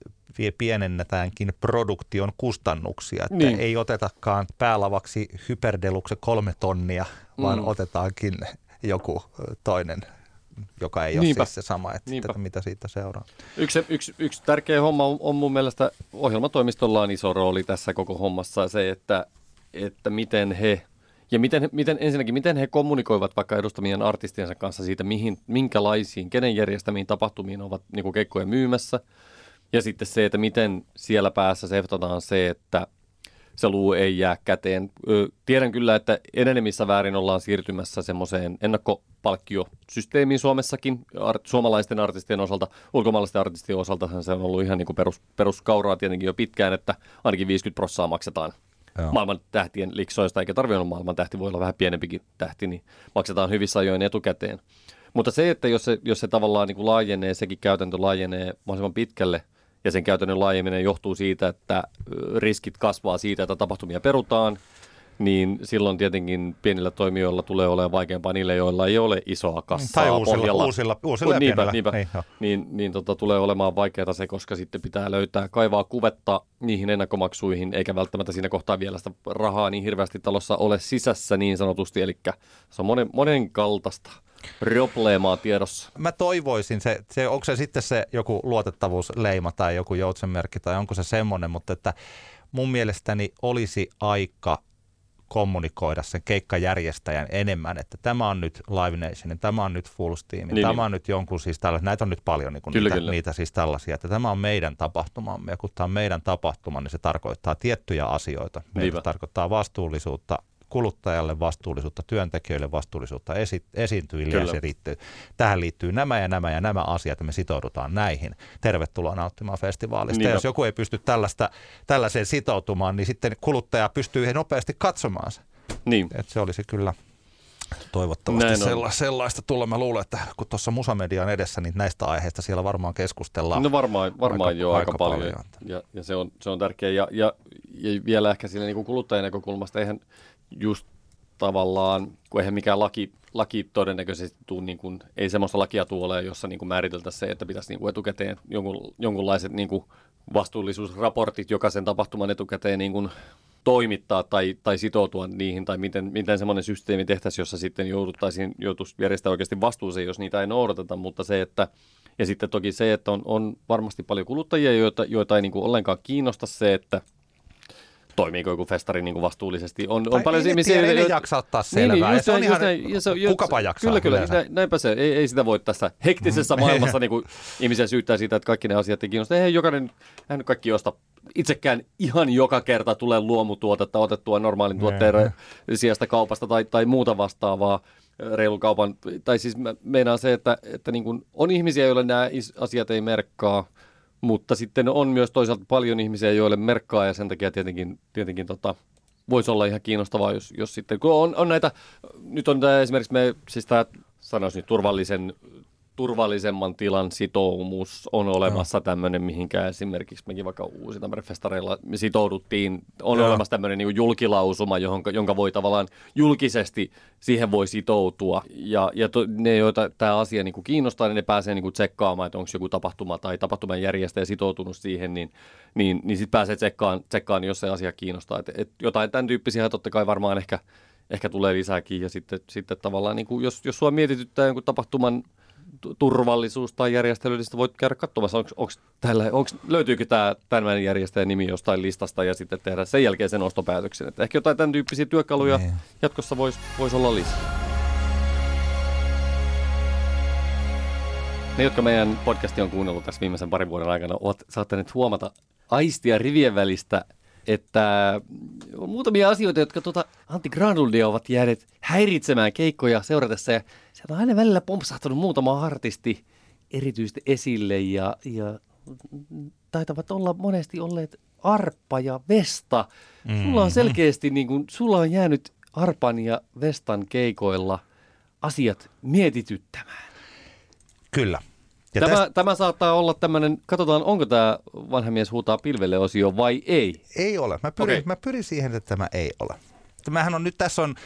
pienennetäänkin produktion kustannuksia, että niin. ei otetakaan päälavaksi Hyperdeluxe kolme tonnia, vaan mm. otetaankin joku toinen, joka ei Niinpä. ole siis se sama, että sitten, mitä siitä seuraa. Yksi, yksi, yksi tärkeä homma on, on mun mielestä, ohjelmatoimistolla on iso rooli tässä koko hommassa, se, että, että miten he, ja miten, miten ensinnäkin, miten he kommunikoivat vaikka edustamien artistiensa kanssa siitä, mihin, minkälaisiin, kenen järjestämiin tapahtumiin ovat niin kuin keikkoja myymässä. Ja sitten se, että miten siellä päässä seftataan se, että se luu ei jää käteen. Tiedän kyllä, että enenevissä väärin ollaan siirtymässä semmoiseen ennakkopalkkiosysteemiin Suomessakin, suomalaisten artistien osalta. Ulkomaalaisten artistien osalta se on ollut ihan niin kuin perus, peruskauraa tietenkin jo pitkään, että ainakin viisikymmentä prosenttia maksetaan Joo. maailman tähtien liksoista, eikä tarvitse olla maailman tähti, voi olla vähän pienempikin tähti, niin maksetaan hyvissä ajoin etukäteen. Mutta se, että jos se, jos se tavallaan niin kuin laajenee, sekin käytäntö laajenee mahdollisimman pitkälle, ja sen käytännön laajeminen johtuu siitä, että riskit kasvaa siitä, että tapahtumia perutaan, niin silloin tietenkin pienillä toimijoilla tulee olemaan vaikeampaa niille, joilla ei ole isoa kassaa tai uusilla, pohjalla. uusilla, uusilla ja niinpä, pienillä. niinpä. Niin, niin, niin tota, tulee olemaan vaikeaa se, koska sitten pitää löytää, kaivaa kuvetta niihin ennakkomaksuihin, eikä välttämättä siinä kohtaa vielä sitä rahaa niin hirveästi talossa ole sisässä niin sanotusti, eli se on monen, monen kaltaista probleemaa tiedossa. Mä toivoisin, se, se, onko se sitten se joku luotettavuusleima tai joku joutsenmerkki tai onko se semmoinen, mutta että mun mielestäni olisi aika kommunikoida sen keikkajärjestäjän enemmän, että tämä on nyt Live Nationin, tämä on nyt Full Steamin, niin, tämä niin. on nyt jonkun siis tällaisia, näitä on nyt paljon niin kuin kyllä, niitä, kyllä. niitä siis tällaisia, että tämä on meidän tapahtumamme ja kun tämä on meidän tapahtuma, niin se tarkoittaa tiettyjä asioita. Meitä tarkoittaa vastuullisuutta kuluttajalle, vastuullisuutta työntekijöille, vastuullisuutta esi- esiintyjille ja se riittyy. Tähän liittyy nämä ja nämä ja nämä asiat ja me sitoudutaan näihin. Tervetuloa nauttimaan festivaalista. Niin ja jos joku ei pysty tällaista, tällaiseen sitoutumaan, niin sitten kuluttaja pystyy nopeasti katsomaan se. Niin. Et se olisi kyllä toivottavasti sella, sellaista tulla. Mä luulen, että kun tuossa Musamedian edessä, niin näistä aiheista siellä varmaan keskustellaan. No varmaan, varmaan aika, jo aika, aika paljon. paljon. Ja, ja se on, se on tärkeää. Ja, ja, ja vielä ehkä siinä niin kuin kuluttajan näkökulmasta, eihän just tavallaan, kun eihän mikään laki, laki todennäköisesti tule, niin kuin, ei semmoista lakia tule, jossa niin kuin määriteltäisiin se, että pitäisi niin kuin etukäteen jonkun, jonkunlaiset niin kuin vastuullisuusraportit jokaisen tapahtuman etukäteen niin kuin toimittaa tai, tai sitoutua niihin, tai miten, miten semmoinen systeemi tehtäisiin, jossa sitten jouduttaisiin joutuisi järjestää oikeasti vastuuseen, jos niitä ei noudateta, mutta se, että ja sitten toki se, että on, on varmasti paljon kuluttajia, joita, joita ei niin kuin ollenkaan kiinnosta se, että toimiiko joku festari niin kuin vastuullisesti. On, on paljon ihmisiä, joita ei jaksa ottaa selvää. Niin, just, se on ihan, näin, se, kukapa jaksaa. Kyllä, kyllä. Nä, näinpä se. Ei, ei sitä voi tässä hektisessä maailmassa niin kuin ihmisiä syyttää siitä, että kaikki ne asiat ei kiinnosta. Ei jokainen, eihän nyt kaikki osta. Itsekään ihan joka kerta tulee luomutuotetta otettua normaalin tuotteen sijasta kaupasta tai, tai muuta vastaavaa reilun kaupan. Tai siis meinaa se, että, että niin kuin on ihmisiä, joille nämä asiat ei merkkaa. Mutta sitten on myös toisaalta paljon ihmisiä, joille merkkaa ja sen takia tietenkin, tietenkin tota, voisi olla ihan kiinnostavaa, jos, jos sitten, kun on, on näitä, nyt on tämä esimerkiksi me, siis tämä sanoisin nyt turvallisen, turvallisemman tilan sitoumus on olemassa no. tämmöinen, mihinkä esimerkiksi mekin vaikka Uusi-Tampere-festareilla me sitouduttiin, on Joo. olemassa tämmöinen niin kuin julkilausuma, johon, jonka voi tavallaan julkisesti, siihen voi sitoutua. Ja, ja to, ne, joita tämä asia niin kuin kiinnostaa, niin ne pääsee niin kuin tsekkaamaan, että onko joku tapahtuma tai tapahtuman järjestäjä sitoutunut siihen, niin, niin, niin sitten pääsee tsekkaan, tsekkaan, jos se asia kiinnostaa. Et, et jotain tämän tyyppisiä totta kai varmaan ehkä ehkä tulee lisääkin. Ja sitten, sitten tavallaan, niin kuin, jos, jos sua mietityttää jonkun tapahtuman turvallisuus tai järjestely, niin voit käydä katsomassa, onks, onks täällä, onks, löytyykö tämä tämän järjestäjän nimi jostain listasta ja sitten tehdä sen jälkeen sen ostopäätöksen. Että ehkä jotain tämän tyyppisiä työkaluja ne. jatkossa voisi vois olla lisää. Ne, jotka meidän podcasti on kuunnellut tässä viimeisen parin vuoden aikana, ovat saattaneet huomata aistia rivien välistä, että on muutamia asioita, jotka tuota Antti Granlundia ovat jääneet häiritsemään keikkoja seuratessa. Ja sieltä on aina välillä pompsahtanut muutama artisti erityisesti esille ja, ja taitavat olla monesti olleet Arppa ja Vesta. Mm-hmm. Sulla on selkeästi, niin kuin, sulla on jäänyt Arpan ja Vestan keikoilla asiat mietityttämään. Kyllä. Ja tämä, tästä... tämä saattaa olla tämmöinen, katsotaan onko tämä vanha mies huutaa pilvelle -osio vai ei? Ei ole. Mä pyrin, Okay. mä pyrin siihen, että tämä ei ole. Tämähän on nyt tässä on,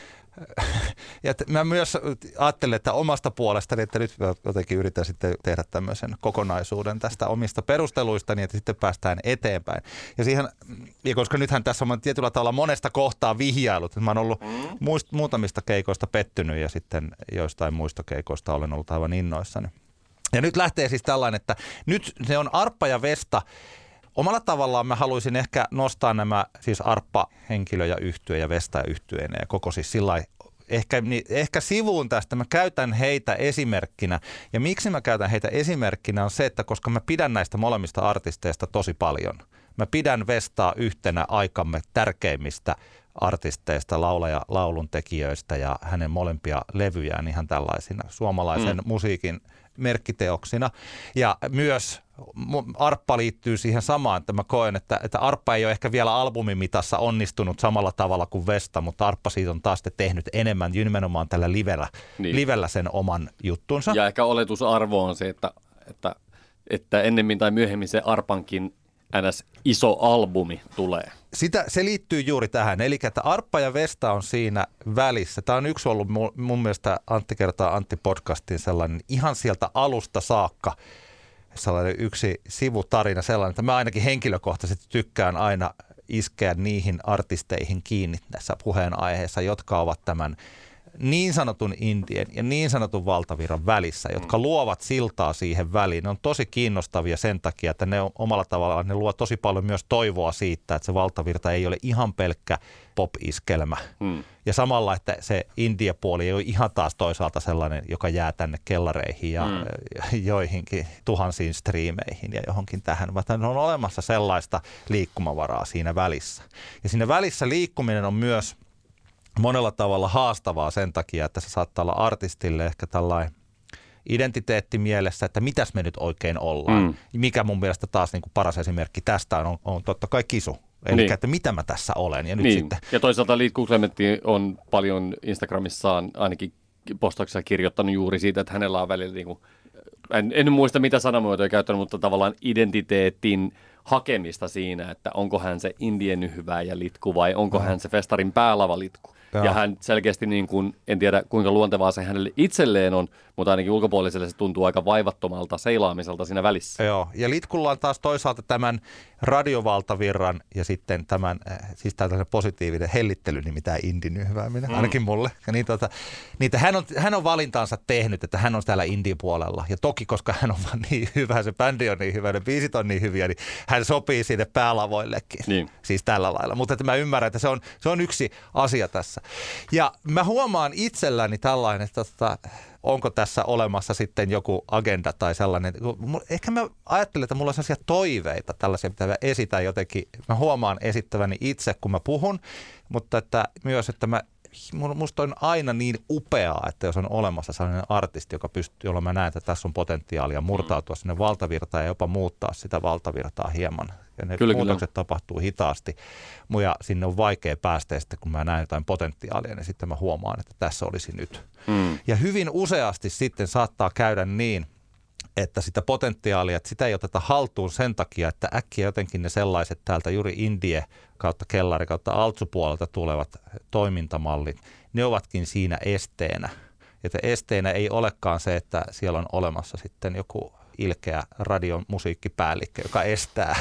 ja mä myös ajattelen, että omasta puolestani, että nyt mä jotenkin yritän sitten tehdä tämmöisen kokonaisuuden tästä omista perusteluistani, että sitten päästään eteenpäin. Ja siihen, ja koska nythän tässä on tietyllä tavalla monesta kohtaa vihjailut, että mä oon ollut muist, muutamista keikoista pettynyt ja sitten joistain muista keikoista olen ollut aivan innoissani. Ja nyt lähtee siis tällainen, että nyt se on Arppa ja Vesta. Omalla tavallaan mä haluaisin ehkä nostaa nämä siis Arppa henkilö ja yhtye ja Vesta yhtyeenä ja koko siis sillai, ehkä, niin, ehkä sivuun tästä. Mä käytän heitä esimerkkinä. Ja miksi mä käytän heitä esimerkkinä on se, että koska mä pidän näistä molemmista artisteista tosi paljon. Mä pidän Vestaa yhtenä aikamme tärkeimmistä artisteista, laulaja, lauluntekijöistä ja hänen molempia levyjään ihan tällaisina suomalaisen mm. musiikin merkkiteoksina. Ja myös Arppa liittyy siihen samaan, että mä koen, että, että Arppa ei ole ehkä vielä albumimitassa onnistunut samalla tavalla kuin Vesta, mutta Arppa siitä on taas tehnyt enemmän nimenomaan tällä livellä, niin. livellä sen oman juttunsa. Ja ehkä oletusarvo on se, että, että, että ennemmin tai myöhemmin se Arpankin ns. Iso albumi tulee. Sitä, se liittyy juuri tähän, eli että Arppa ja Vesta on siinä välissä. Tämä on yksi ollut mun, mun mielestä Antti kertaa Antti podcastin sellainen ihan sieltä alusta saakka sellainen yksi sivutarina sellainen, että mä ainakin henkilökohtaisesti tykkään aina iskeä niihin artisteihin kiinni tässä puheenaiheessa, jotka ovat tämän niin sanotun indien ja niin sanotun valtavirran välissä, jotka luovat siltaa siihen väliin. Ne on tosi kiinnostavia sen takia, että ne on, omalla tavallaan ne luo tosi paljon myös toivoa siitä, että se valtavirta ei ole ihan pelkkä pop-iskelmä. Hmm. Ja samalla, että se India-puoli ei ole ihan taas toisaalta sellainen, joka jää tänne kellareihin ja hmm. joihinkin tuhansiin striimeihin ja johonkin tähän, vaan on olemassa sellaista liikkumavaraa siinä välissä. Ja siinä välissä liikkuminen on myös monella tavalla haastavaa sen takia, että se saattaa olla artistille ehkä tällainen identiteetti mielessä, että mitäs me nyt oikein ollaan. Mm. Mikä mun mielestä taas niin kuin paras esimerkki tästä on, on totta kai Kisu. Eli niin. että mitä mä tässä olen. Ja, nyt niin. sitten... ja toisaalta Liitku Klementti on paljon Instagramissaan ainakin postauksessa kirjoittanut juuri siitä, että hänellä on välillä, niin kuin, en, en muista mitä sanamuotoja käyttänyt, mutta tavallaan identiteetin hakemista siinä, että onko hän se indien hyvääjä Litku vai onko mm. hän se festarin päälava Litku. Ja. ja hän selkeästi, niin kuin, en tiedä kuinka luontevaa se hänelle itselleen on, mutta ainakin ulkopuoliselle se tuntuu aika vaivattomalta seilaamiselta siinä välissä. Joo, ja Litkulla on taas toisaalta tämän radiovaltavirran ja sitten tämän, siis tällainen positiivinen hellittely, nimittäin indinyhvääminen, mm. ainakin mulle. Ja niin, tota, niitä, hän, on, hän on valintaansa tehnyt, että hän on täällä indie-puolella. Ja toki, koska hän on vaan niin hyvä, se bändi on niin hyvä, ne biisit on niin hyviä, niin hän sopii sinne päälavoillekin. Niin. Siis tällä lailla. Mutta että mä ymmärrän, että se on, se on yksi asia tässä. Ja mä huomaan itselläni tällainen, että tota, onko tässä olemassa sitten joku agenda tai sellainen. Ehkä mä ajattelen, että mulla on sellaisia toiveita, tällaisia, mitä mä esitän jotenkin. Mä huomaan esittäväni itse, kun mä puhun, mutta että myös, että mä, musta on aina niin upeaa, että jos on olemassa sellainen artisti, joka pystyy, jolla mä näen, että tässä on potentiaalia murtautua sinne valtavirtaan ja jopa muuttaa sitä valtavirtaa hieman. Ja ne kyllä, muutokset kyllä. tapahtuu hitaasti. Ja sinne on vaikea päästä, ja sitten kun mä näen jotain potentiaalia, niin sitten mä huomaan, että tässä olisi nyt. Mm. Ja hyvin useasti sitten saattaa käydä niin, että sitä potentiaalia, että sitä ei oteta haltuun sen takia, että äkkiä jotenkin ne sellaiset täältä juuri indie kautta kellari kautta altsupuolelta tulevat toimintamallit, ne ovatkin siinä esteenä. Että esteenä ei olekaan se, että siellä on olemassa sitten joku ilkeä radion musiikkipäällikkö, joka estää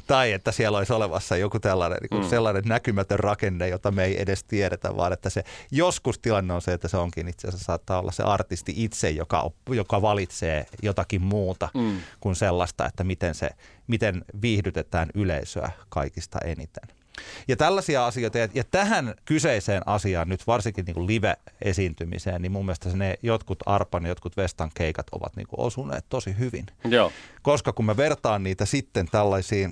tai että siellä olisi olevassa joku tällainen niin kuin mm. sellainen näkymätön rakenne, jota me ei edes tiedetä, vaan että se joskus tilanne on se, että se onkin itse asiassa saattaa olla se artisti itse, joka, joka valitsee jotakin muuta mm. kuin sellaista, että miten, se, miten viihdytetään yleisöä kaikista eniten. Ja tällaisia asioita, ja tähän kyseiseen asiaan, nyt varsinkin niin kuin live-esiintymiseen, niin mun mielestä ne jotkut Arpan ja jotkut Vestan keikat ovat niin kuin osuneet tosi hyvin. Joo. Koska kun mä vertaan niitä sitten tällaisiin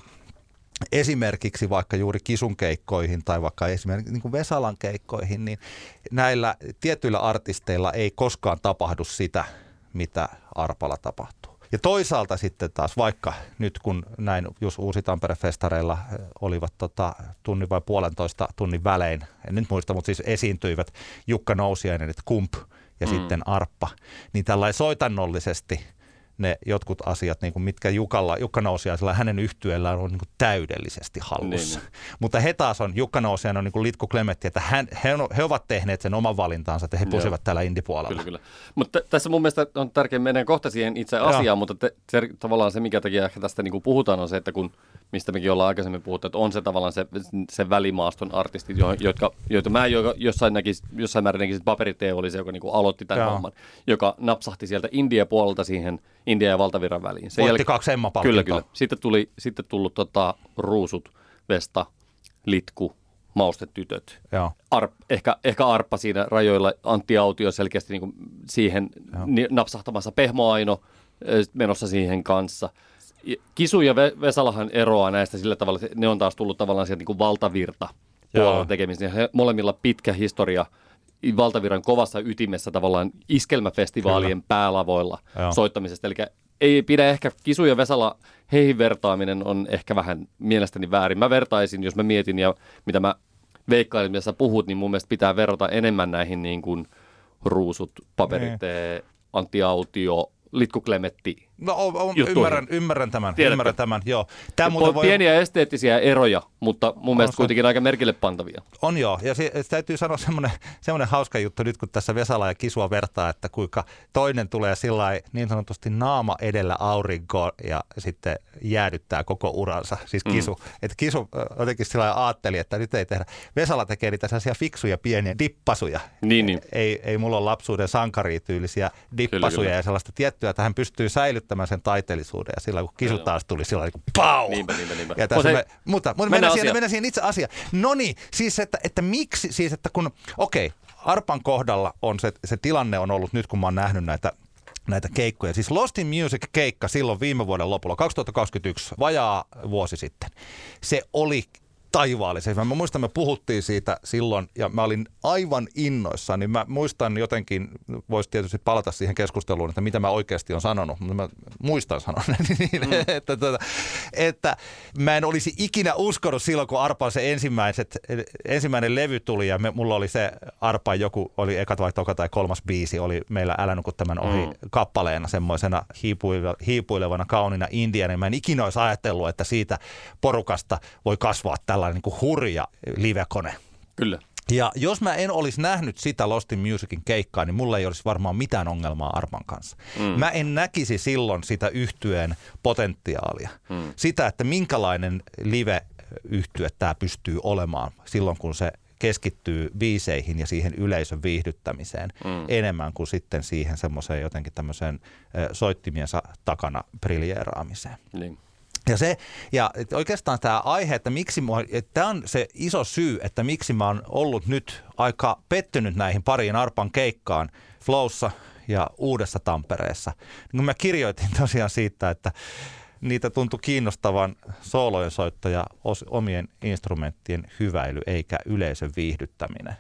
esimerkiksi vaikka juuri Kisun keikkoihin tai vaikka esimerkiksi niin kuin Vesalan keikkoihin, niin näillä tietyillä artisteilla ei koskaan tapahdu sitä, mitä Arpalla tapahtuu. Ja toisaalta sitten taas vaikka nyt kun näin just Uusi-Tampere-festareilla olivat tota, tunnin vai puolentoista tunnin välein, en nyt muista, mutta siis esiintyivät Jukka Nousiainen, että Kump ja mm. sitten Arppa, niin tällainen soitannollisesti ne jotkut asiat, niin kuin mitkä Jukalla, Jukka Nousiaisella hänen yhtyeellään on niin kuin täydellisesti hallussa. Niin, niin. Mutta he taas on, Jukka Nousiainen on niin kuin Litku Klemetti, että hän, he, on, he ovat tehneet sen oman valintaansa, että he pysyvät täällä indie-puolella. Kyllä, kyllä. Mutta t- tässä mun mielestä on tärkeää mennä kohta siihen itse asiaan, Joo. mutta te, se, tavallaan se, mikä takia ehkä tästä niin kuin puhutaan, on se, että kun, mistä mekin ollaan aikaisemmin puhuttu, että on se tavallaan se, se välimaaston artistit, jotka, joita mä jossain, näkis, jossain määrin näkisin, että Paperitee oli se, joka niin kuin aloitti tämän homman, joka napsahti sieltä India-puolelta siihen India ja valtavirran väliin. Sen Voitti jäl... kaksi Emma-palkintoa. Kyllä, kyllä. Sitten tuli sitten tullut tota, Ruusut, Vesta, Litku, Maustetytöt. Arp, ehkä, ehkä Arppa siinä rajoilla, Antti Autio selkeästi niin kuin siihen ni, napsahtamassa, Pehmo Aino menossa siihen kanssa. Kisu ja Vesalahan eroaa näistä sillä tavalla, että ne on taas tullut tavallaan sieltä niin kuin valtavirta puolella tekemistä. He molemmilla pitkä historia valtavirran kovassa ytimessä tavallaan iskelmäfestivaalien Kyllä. päälavoilla Joo. soittamisesta. Eli ei pidä ehkä Kisu ja Vesala, heihin vertaaminen on ehkä vähän mielestäni väärin. Mä vertaisin, jos mä mietin ja mitä mä veikkailin, mitä sä puhut, niin mun mielestä pitää verrata enemmän näihin niin kuin Ruusut, Paperitee, Antti Autio, Litku Klemetti. No o, o, ymmärrän, ymmärrän tämän, Tiedätkö? ymmärrän tämän, joo. Tää voi... Pieniä esteettisiä eroja, mutta mun on mielestä se... kuitenkin aika merkille pantavia. On joo, ja se, se täytyy sanoa semmoinen, semmoinen hauska juttu nyt, kun tässä Vesala ja Kisua vertaa, että kuinka toinen tulee sillai niin sanotusti naama edellä aurinkoon ja sitten jäädyttää koko uransa, siis Kisu. Mm. Että Kisu jotenkin sillai ajatteli, että nyt ei tehdä. Vesala tekee niitä sellaisia fiksuja pieniä dippasuja. Niin, niin. Ei, ei mulla ole lapsuuden sankarityylisiä dippasuja kyllä, kyllä. ja sellaista tiettyä, että hän pystyy säilyttämään sen taiteellisuuden ja sillä kun Kisu taas tuli sillä niin kuin pau! Niinpä, niinpä, niinpä. Ja tässä me, mutta mutta mennään, siihen, mennään siihen itse asiaan. No niin, siis että, että miksi, siis että kun, okei, okay, Arpan kohdalla on se, se tilanne on ollut nyt kun mä oon nähnyt näitä näitä keikkoja. Siis Lost in Music-keikka silloin viime vuoden lopulla, kaksituhattakaksikymmentäyksi, vajaa vuosi sitten. Se oli taivaallisen. Mä muistan, me puhuttiin siitä silloin ja mä olin aivan innoissaan, niin mä muistan jotenkin, voisi tietysti palata siihen keskusteluun, että mitä mä oikeasti olen sanonut, mutta mä muistan sanon niin, mm. että, että, että mä en olisi ikinä uskonut silloin, kun Arpan se ensimmäiset, ensimmäinen levy tuli ja me, mulla oli se Arpan joku, oli eka vai toka tai kolmas biisi, oli meillä Älä nuku tämän ohi mm. kappaleena, semmoisena hiipuilevana, hiipuilevana kauniina indiana. Mä en ikinä olisi ajatellut, että siitä porukasta voi kasvaa tällä niin kuin hurja livekone. Kyllä. Ja jos mä en olisi nähnyt sitä Lost in Musicin keikkaa, niin mulla ei olisi varmaan mitään ongelmaa Arpan kanssa. Mm. Mä en näkisi silloin sitä yhtyeen potentiaalia. Mm. Sitä, että minkälainen live-yhtye tämä pystyy olemaan silloin, kun se keskittyy biiseihin ja siihen yleisön viihdyttämiseen mm. enemmän kuin sitten siihen semmoiseen jotenkin tämmöiseen soittimiensa takana briljeeraamiseen. Niin. Ja, se, ja oikeastaan tämä aihe, että miksi tämä on se iso syy, että miksi mä oon ollut nyt aika pettynyt näihin pariin Arpan keikkaan Flowssa ja Uudessa Tampereessa. Kun mä kirjoitin tosiaan siitä, että niitä tuntui kiinnostavan soolojen soitto ja omien instrumenttien hyväily eikä yleisön viihdyttäminen.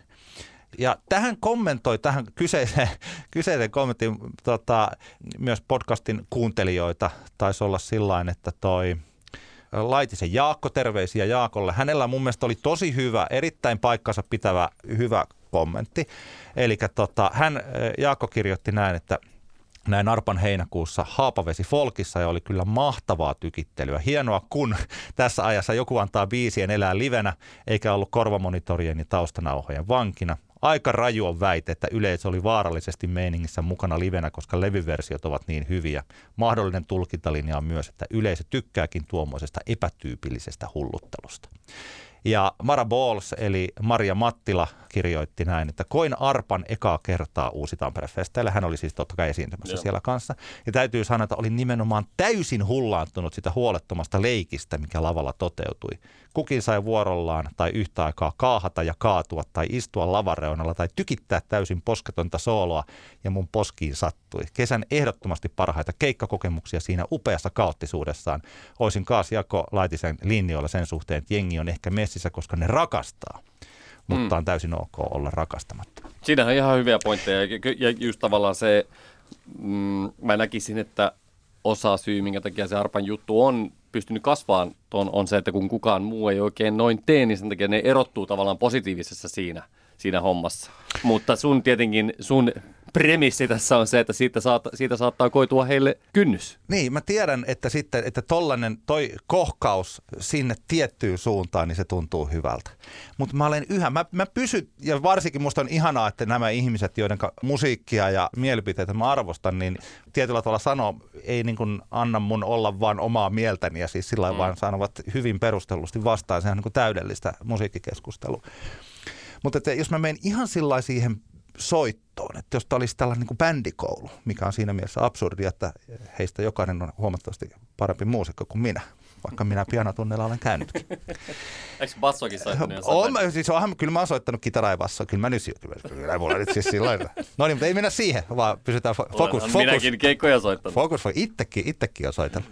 Ja tähän kommentoi, tähän kyseiseen, kyseiseen kommenttiin tota, myös podcastin kuuntelijoita taisi olla sillain, että toi Laitisen Jaakko, terveisiä Jaakolle. Hänellä mun mielestä oli tosi hyvä, erittäin paikkansa pitävä hyvä kommentti. Eli tota, hän, Jaakko kirjoitti näin, että näin Arpan heinäkuussa Haapavesi Folkissa ja oli kyllä mahtavaa tykittelyä. Hienoa, kun tässä ajassa joku antaa biisien elää livenä, eikä ollut korvamonitorien ja taustanauhojen vankina. aika raju on väite, että yleisö oli vaarallisesti meiningissä mukana livenä, koska levyversiot ovat niin hyviä. Mahdollinen tulkintalinja on myös, että yleisö tykkääkin tuommoisesta epätyypillisestä hulluttelusta. Ja Mara Balls eli Maria Mattila kirjoitti näin, että koin Arpan ekaa kertaa Uusi Tampere-festeillä. Hän oli siis totta kai esiintymässä Joo. siellä kanssa. Ja täytyy sanoa, että olin nimenomaan täysin hullaantunut sitä huolettomasta leikistä, mikä lavalla toteutui. Kukin sai vuorollaan tai yhtä aikaa kaahata ja kaatua tai istua lavareunalla tai tykittää täysin posketonta sooloa ja mun poskiin sattui. Kesän ehdottomasti parhaita keikkakokemuksia siinä upeassa kaoottisuudessaan. Oisin Kaas Jako Laitisen linjoilla sen suhteen, että jengi on ehkä messissä, koska ne rakastaa. Mutta mm. on täysin ok olla rakastamatta. Siinähän on ihan hyviä pointteja ja just tavallaan se, mm, mä näkisin, että osa syy, minkä takia se Arpan juttu on pystynyt kasvaan, on, on se, että kun kukaan muu ei oikein noin tee, niin sen takia ne erottuu tavallaan positiivisessa siinä, siinä hommassa. Mutta sun tietenkin, sun premissi tässä on se, että siitä, saat, siitä saattaa koitua heille kynnys. Niin, mä tiedän, että sitten, että tollainen toi kohkaus sinne tiettyyn suuntaan, niin se tuntuu hyvältä. Mutta mä olen yhä, mä, mä pysyn, ja varsinkin musta on ihanaa, että nämä ihmiset, joiden musiikkia ja mielipiteitä mä arvostan, niin tietyllä tavalla sanoo, ei niin kuin anna mun olla vaan omaa mieltäni, ja siis sillä mm. vaan sanovat hyvin perustellusti vastaan. Sehän on niin kuin täydellistä musiikkikeskustelua. Mutta jos mä menen ihan sillä siihen soittoon, että jos tämä olisi tällainen niin kuin bändikoulu, mikä on siinä mielessä absurdia, että heistä jokainen on huomattavasti parempi muusikko kuin minä, vaikka minä pianotunneilla olen käynytkin. Eikö bassoakin soittanut? On, siis onhan, kyllä mä oon soittanut kitaraa ja bassoa, kyllä mä nyt kyllä mulla nyt siis sillä lailla. No niin, mutta ei mennä siihen, vaan pysytään fokus. fokus minäkin keikkoja soittanut. Fokus voi itsekin, itsekin on soitellut.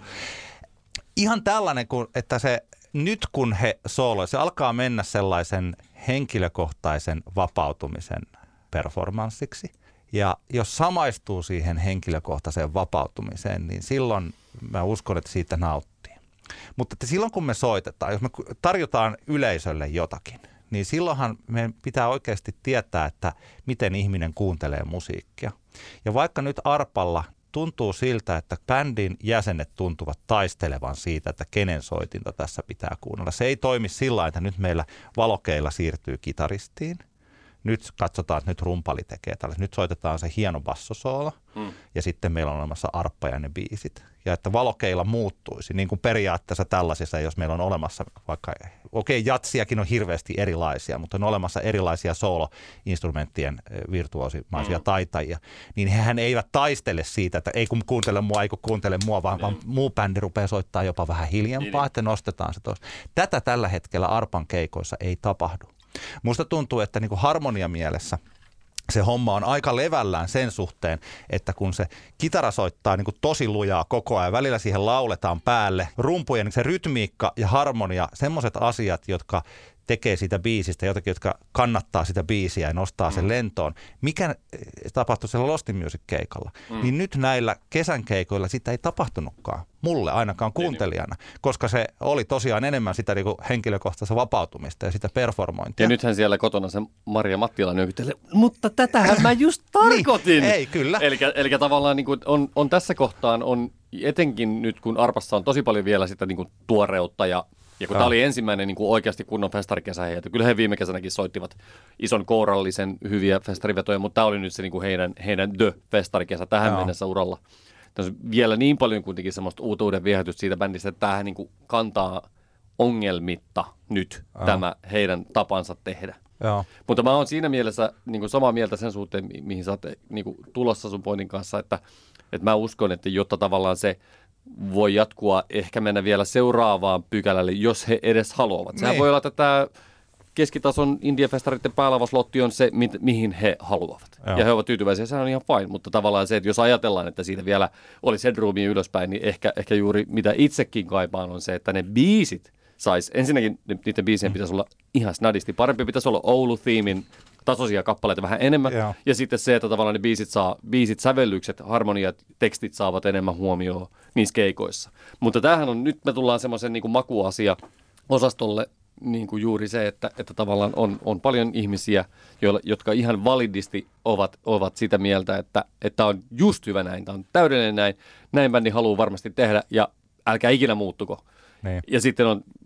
Ihan tällainen, että se nyt kun he sooloi, se alkaa mennä sellaisen henkilökohtaisen vapautumisen performanssiksi. Ja jos samaistuu siihen henkilökohtaiseen vapautumiseen, niin silloin mä uskon, että siitä nauttii. Mutta että silloin kun me soitetaan, jos me tarjotaan yleisölle jotakin, niin silloinhan meidän pitää oikeasti tietää, että miten ihminen kuuntelee musiikkia. Ja vaikka nyt Arpalla tuntuu siltä, että bändin jäsenet tuntuvat taistelevan siitä, että kenen soitinta tässä pitää kuunnella. Se ei toimi sillä, että nyt meillä valokeilla siirtyy kitaristiin. Nyt katsotaan, että nyt rumpali tekee tällaista. Nyt soitetaan se hieno bassosoolo mm. ja sitten meillä on olemassa arppa ja ne biisit. Ja että valokeilla muuttuisi, niin kuin periaatteessa tällaisissa, jos meillä on olemassa vaikka, okei, okay, jatsiakin on hirveästi erilaisia, mutta on olemassa erilaisia sooloinstrumenttien virtuoosimaisia mm. taitajia, niin hehän eivät taistele siitä, että ei kun kuuntele mua, ei kun kuuntele mua, vaan, vaan muu bändi rupeaa soittaa jopa vähän hiljempaa, että nostetaan se tuossa. Tätä tällä hetkellä Arpan keikoissa ei tapahdu. Musta tuntuu, että niin kuin harmoniamielessä se homma on aika levällään sen suhteen, että kun se kitara soittaa niin kuin tosi lujaa koko ajan, välillä siihen lauletaan päälle, rumpujen se rytmiikka ja harmonia, semmoiset asiat, jotka tekee siitä biisistä jotakin, jotka kannattaa sitä biisiä ja nostaa mm. sen lentoon. Mikä tapahtui siellä Lost in Music-keikalla? Mm. Niin nyt näillä kesän keikoilla sitä ei tapahtunutkaan. Mulle ainakaan kuuntelijana, koska se oli tosiaan enemmän sitä niinku henkilökohtaista vapautumista ja sitä performointia. Ja nythän siellä kotona se Maria Mattila nyökyttelee, mutta tätähän mä just tarkoitin. Niin, ei, kyllä. Eli tavallaan niin kuin on, on tässä kohtaan, on etenkin nyt kun Arpassa on tosi paljon vielä sitä niin kuin tuoreutta ja Ja kun tämä oli ensimmäinen niin kuin oikeasti kunnon festarikesä heiltä, kyllä he viime kesänäkin soittivat ison kourallisen hyviä festarivetoja, mutta tämä oli nyt se niin kuin heidän, heidän the-festarikesä tähän Joo. mennessä uralla. Tässä on vielä niin paljon kuitenkin semmoista uutuuden viehätystä siitä bändistä, että tämähän niin kuin kantaa ongelmitta nyt Joo. tämä heidän tapansa tehdä. Joo. Mutta mä oon siinä mielessä niin kuin samaa mieltä sen suhteen, mihin sä oot niin kuin tulossa sun pointin kanssa, että, että mä uskon, että jotta tavallaan se voi jatkua, ehkä mennä vielä seuraavaan pykälälle, jos he edes haluavat. Sehän niin. voi olla, että tämä keskitason Indie-festareiden päälavauslotti on se, mi- mihin he haluavat. Joo. Ja he ovat tyytyväisiä, sehän on ihan fine, mutta tavallaan se, että jos ajatellaan, että siitä vielä olisi headroomia ylöspäin, niin ehkä, ehkä juuri mitä itsekin kaipaan on se, että ne biisit sais, ensinnäkin niiden biisien pitäisi olla ihan snadisti, parempi pitäisi olla Oulu-theemin tasoisia kappaleita vähän enemmän. Joo. Ja sitten se, että tavallaan ne biisit, saa, biisit, sävellykset, harmoniat, tekstit saavat enemmän huomioon niissä keikoissa. Mutta tämähän on, nyt me tullaan semmoisen niin kuin makuasia osastolle niin kuin juuri se, että, että tavallaan on, on paljon ihmisiä, joilla, jotka ihan validisti ovat, ovat sitä mieltä, että tämä on just hyvä näin, tämä on täydellinen näin, näin bändi haluaa varmasti tehdä ja älkää ikinä muuttuko. Niin. Ja sitten on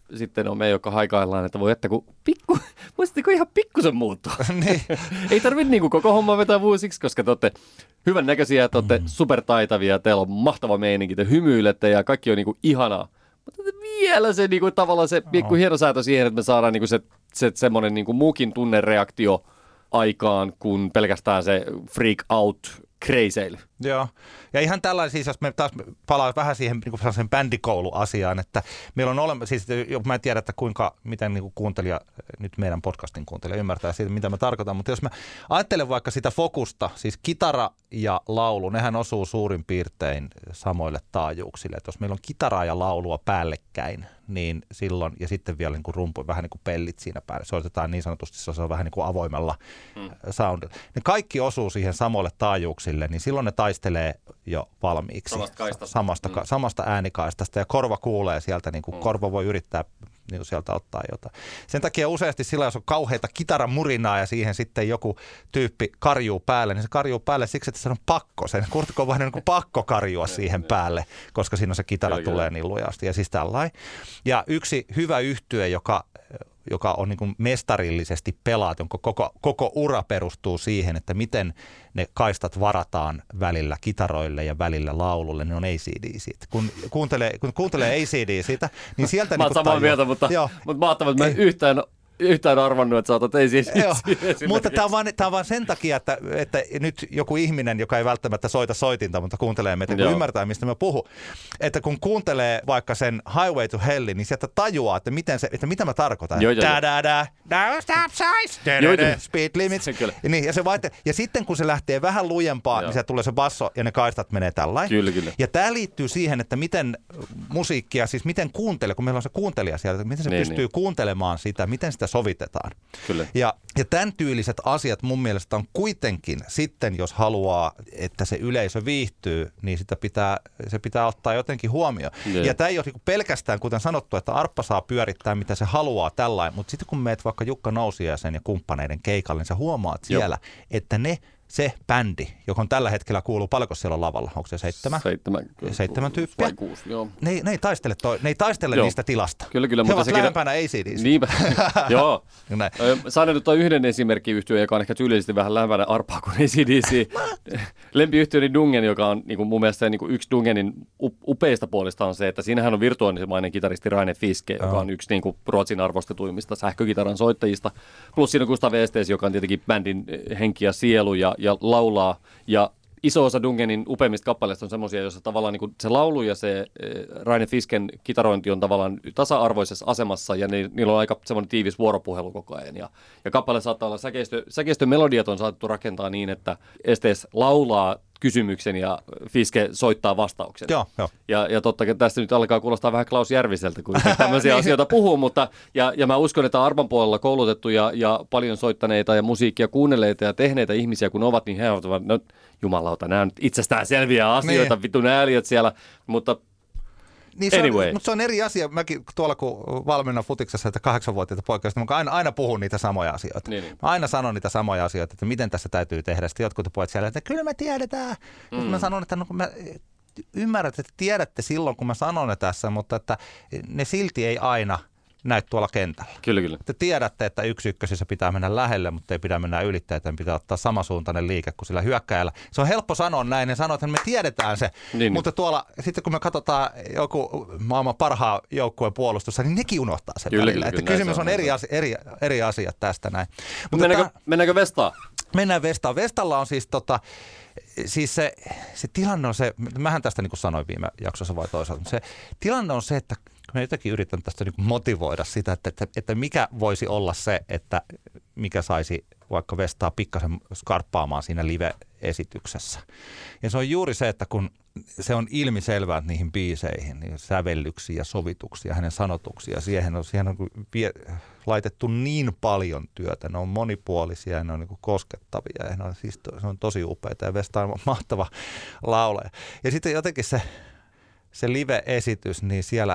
sitten on me, jotka haikaillaan, että voi että kun pikku, voisitteko ihan pikkusen muuttua? Niin. Ei tarvitse niin koko homma vetää vuosiksi, koska te olette hyvän näköisiä, te olette mm. supertaitavia, teillä on mahtava meininki, te hymyilette ja kaikki on niin kuin ihanaa. Mutta vielä se niin kuin, tavallaan se pikku hienosäätö siihen, että me saadaan niin kuin se, se semmoinen niin kuin muukin tunnereaktio aikaan, kun pelkästään se freak out crazeily. Joo. Ja ihan tällainen, siis jos me taas palaan vähän siihen niin kuin bändikouluasiaan, että meillä on olemassa, siis mä en tiedä, että kuinka, miten niin kuin kuuntelija, nyt meidän podcastin kuuntelija ymmärtää siitä, mitä mä tarkoitan, mutta jos mä ajattelen vaikka sitä fokusta, siis kitara ja laulu, nehän osuu suurin piirtein samoille taajuuksille. Että jos meillä on kitaraa ja laulua päällekkäin, niin silloin, ja sitten vielä niin kuin rumpu, vähän niin kuin pellit siinä päälle, soitetaan niin sanotusti, se on vähän niin kuin avoimella mm. soundilla. Ne kaikki osuu siihen samoille taajuuksille, niin silloin ne taistelee jo valmiiksi. Samasta kaistasta. Samasta, mm. samasta äänikaistasta, ja korva kuulee sieltä, niin kuin mm. korva voi yrittää niin kuin sieltä ottaa jotain. Sen takia useasti silloin, jos on kauheita kitaramurinaa ja siihen sitten joku tyyppi karjuu päälle, niin se karjuu päälle siksi, että se on pakko. Sen Kurt Cobain on niin kuin pakko karjua siihen päälle, koska siinä se kitara kyllä, tulee kyllä. niin lujasti. Ja siis tällainen. Ja yksi hyvä yhtye, joka joka on niin kuin mestarillisesti pelaat, jonka koko, koko ura perustuu siihen, että miten ne kaistat varataan välillä kitaroille ja välillä laululle, niin on A C D siitä. Kun kuuntelee, kun kuuntelee A C D siitä, niin sieltä... Mä oon niin samaa mieltä, mutta, mutta mä ajattelin, että mä en yhtään... Yhtään arvannut, että saatat ei siis. Joo, mutta tämä on, vaan, tämä on vaan sen takia, että, että nyt joku ihminen, joka ei välttämättä soita soitinta, mutta kuuntelee meitä, kun Joo. ymmärtää, mistä mä puhun. Että kun kuuntelee vaikka sen Highway to Hell, niin sieltä tajuaa, että, miten se, että mitä mä tarkoitan. Joo, jo, da, da, da, da, stop size, da, da, speed limits. Ja, niin, ja, se vaite- ja sitten kun se lähtee vähän lujempaa, Joo. niin sieltä tulee se basso ja ne kaistat menee tällainen. Kyllä, kyllä. Ja tämä liittyy siihen, että miten musiikkia, siis miten kuuntelee, kun meillä on se kuuntelija siellä, miten se niin, pystyy niin. kuuntelemaan sitä, miten sitä sovitetaan. Kyllä. Ja, ja tämän tyyliset asiat mun mielestä on kuitenkin sitten, jos haluaa, että se yleisö viihtyy, niin sitä pitää, se pitää ottaa jotenkin huomioon. Yeah. Ja tämä ei ole niin pelkästään, kuten sanottu, että arppa saa pyörittää, mitä se haluaa tällainen, mutta sitten kun meet vaikka Jukka Nousiaisen ja kumppaneiden keikalle, niin sä huomaat siellä, Joo. että ne se bändi, joka on tällä hetkellä kuuluu, paljonko siellä on lavalla? Onko se seitsemän? Seitsemän. Seitsemän tyyppiä? Vai kuusi, joo. Ne, ne ei taistele, toi, ne ei taistele niistä tilasta. Kyllä, kyllä. He mutta ovat lähempänä A C D:stä. Niinpä, joo. Saan nyt yhden esimerkkiyhtiön, joka on ehkä tyylisesti vähän lähempänä arpaa kuin A C D C. Lempiyhtiöni Dungen, joka on niin kuin mun mielestä niin kuin yksi Dungenin upeista puolista on se, että siinähän on virtuaalimainen kitaristi Raine Fiske, joka oh. on yksi niin kuin Ruotsin arvostetuimmista sähkökitaran soittajista. Plus siinä on Gustav Estes, joka on tietenkin bändin henki ja sielu ja, ja laulaa. Ja iso osa Dungenin upeimmista kappaleista on semmoisia, joissa tavallaan niin kuin se laulu ja se Raine Fisken kitarointi on tavallaan tasa-arvoisessa asemassa ja ne, niillä on aika semmoinen tiivis vuoropuhelu koko ajan. Ja, ja kappale saattaa olla, säkeistö, säkeistön melodiat on saatu rakentaa niin, että Estes laulaa kysymyksen ja Fiske soittaa vastauksen. Joo, jo. Ja, ja totta kai tästä nyt alkaa kuulostaa vähän Klaus Järviseltä, kun tämmöisiä niin. asioita puhuu, mutta ja, ja mä uskon, että Arpan puolella koulutettuja ja paljon soittaneita ja musiikkia kuunnelleita ja tehneitä ihmisiä kun ovat, niin he ovat, no jumalauta, nämä on nyt itsestään selviä asioita, niin. vitun ääliöt siellä, mutta Niin se anyway. on, mutta se on eri asia. Mäkin tuolla kun valmennan futiksessa, että kahdeksanvuotiaita poikia, mä aina, aina puhun niitä samoja asioita. Niin, niin. Mä aina sanon niitä samoja asioita, että miten tässä täytyy tehdä. Sitten jotkut pojat siellä, että kyllä me tiedetään. Mm. Mä sanon, että no, kun mä ymmärrät, että tiedätte silloin, kun mä sanon ne tässä, mutta että ne silti ei aina näy tuolla kentällä. Kyllä, kyllä. Te tiedätte, että yksi ykkösissä pitää mennä lähelle, mutta ei pidä mennä ylittäjäten, pitää ottaa samasuuntainen liike kuin sillä hyökkäjällä. Se on helppo sanoa näin ja sanoa, että me tiedetään se, niin, mutta tuolla sitten kun me katsotaan joku maailman parhaan joukkueen puolustusta, niin nekin unohtaa sen kyllä, välillä. Kyllä, että kysymys on, on eri, asia, eri, eri asiat tästä näin. Mutta mennäänkö, ta- mennäänkö Vestaan? Mennään Vestaan. Vestalla on siis tota, siis se, se tilanne on se, mähän tästä niin kuin sanoin viime jaksossa vai toisaalta, se tilanne on se, että mä jotenkin yritän tästä niin kuin motivoida sitä, että, että, että mikä voisi olla se, että mikä saisi vaikka Vestaa pikkasen skarppaamaan siinä live-esityksessä. Ja se on juuri se, että kun se on ilmiselvää niihin biiseihin, niin sävellyksiä, sovituksia, hänen sanotuksia, siihen on, siihen on vie, laitettu niin paljon työtä. Ne on monipuolisia ja ne on niin kuin koskettavia ja ne on, siis, se on tosi upeita ja Vesta on mahtava laulaja. Ja sitten jotenkin se, se live-esitys, niin siellä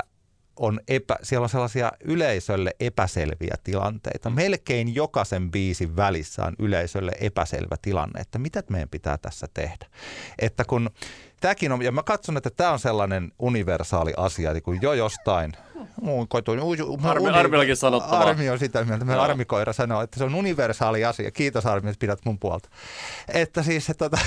on epä, siellä on sellaisia yleisölle epäselviä tilanteita. Melkein jokaisen biisin välissä on yleisölle epäselvä tilanne, että mitä meidän pitää tässä tehdä. Että kun tämäkin on, ja mä katson, että tämä on sellainen universaali asia, niin kuin jo jostain. Armi, Armillakin sanottavaa. Armi on sitä mieltä. Meidän Armikoira sanoo, että se on universaali asia. Kiitos Armi, että pidät mun puolta. Että siis, että tota,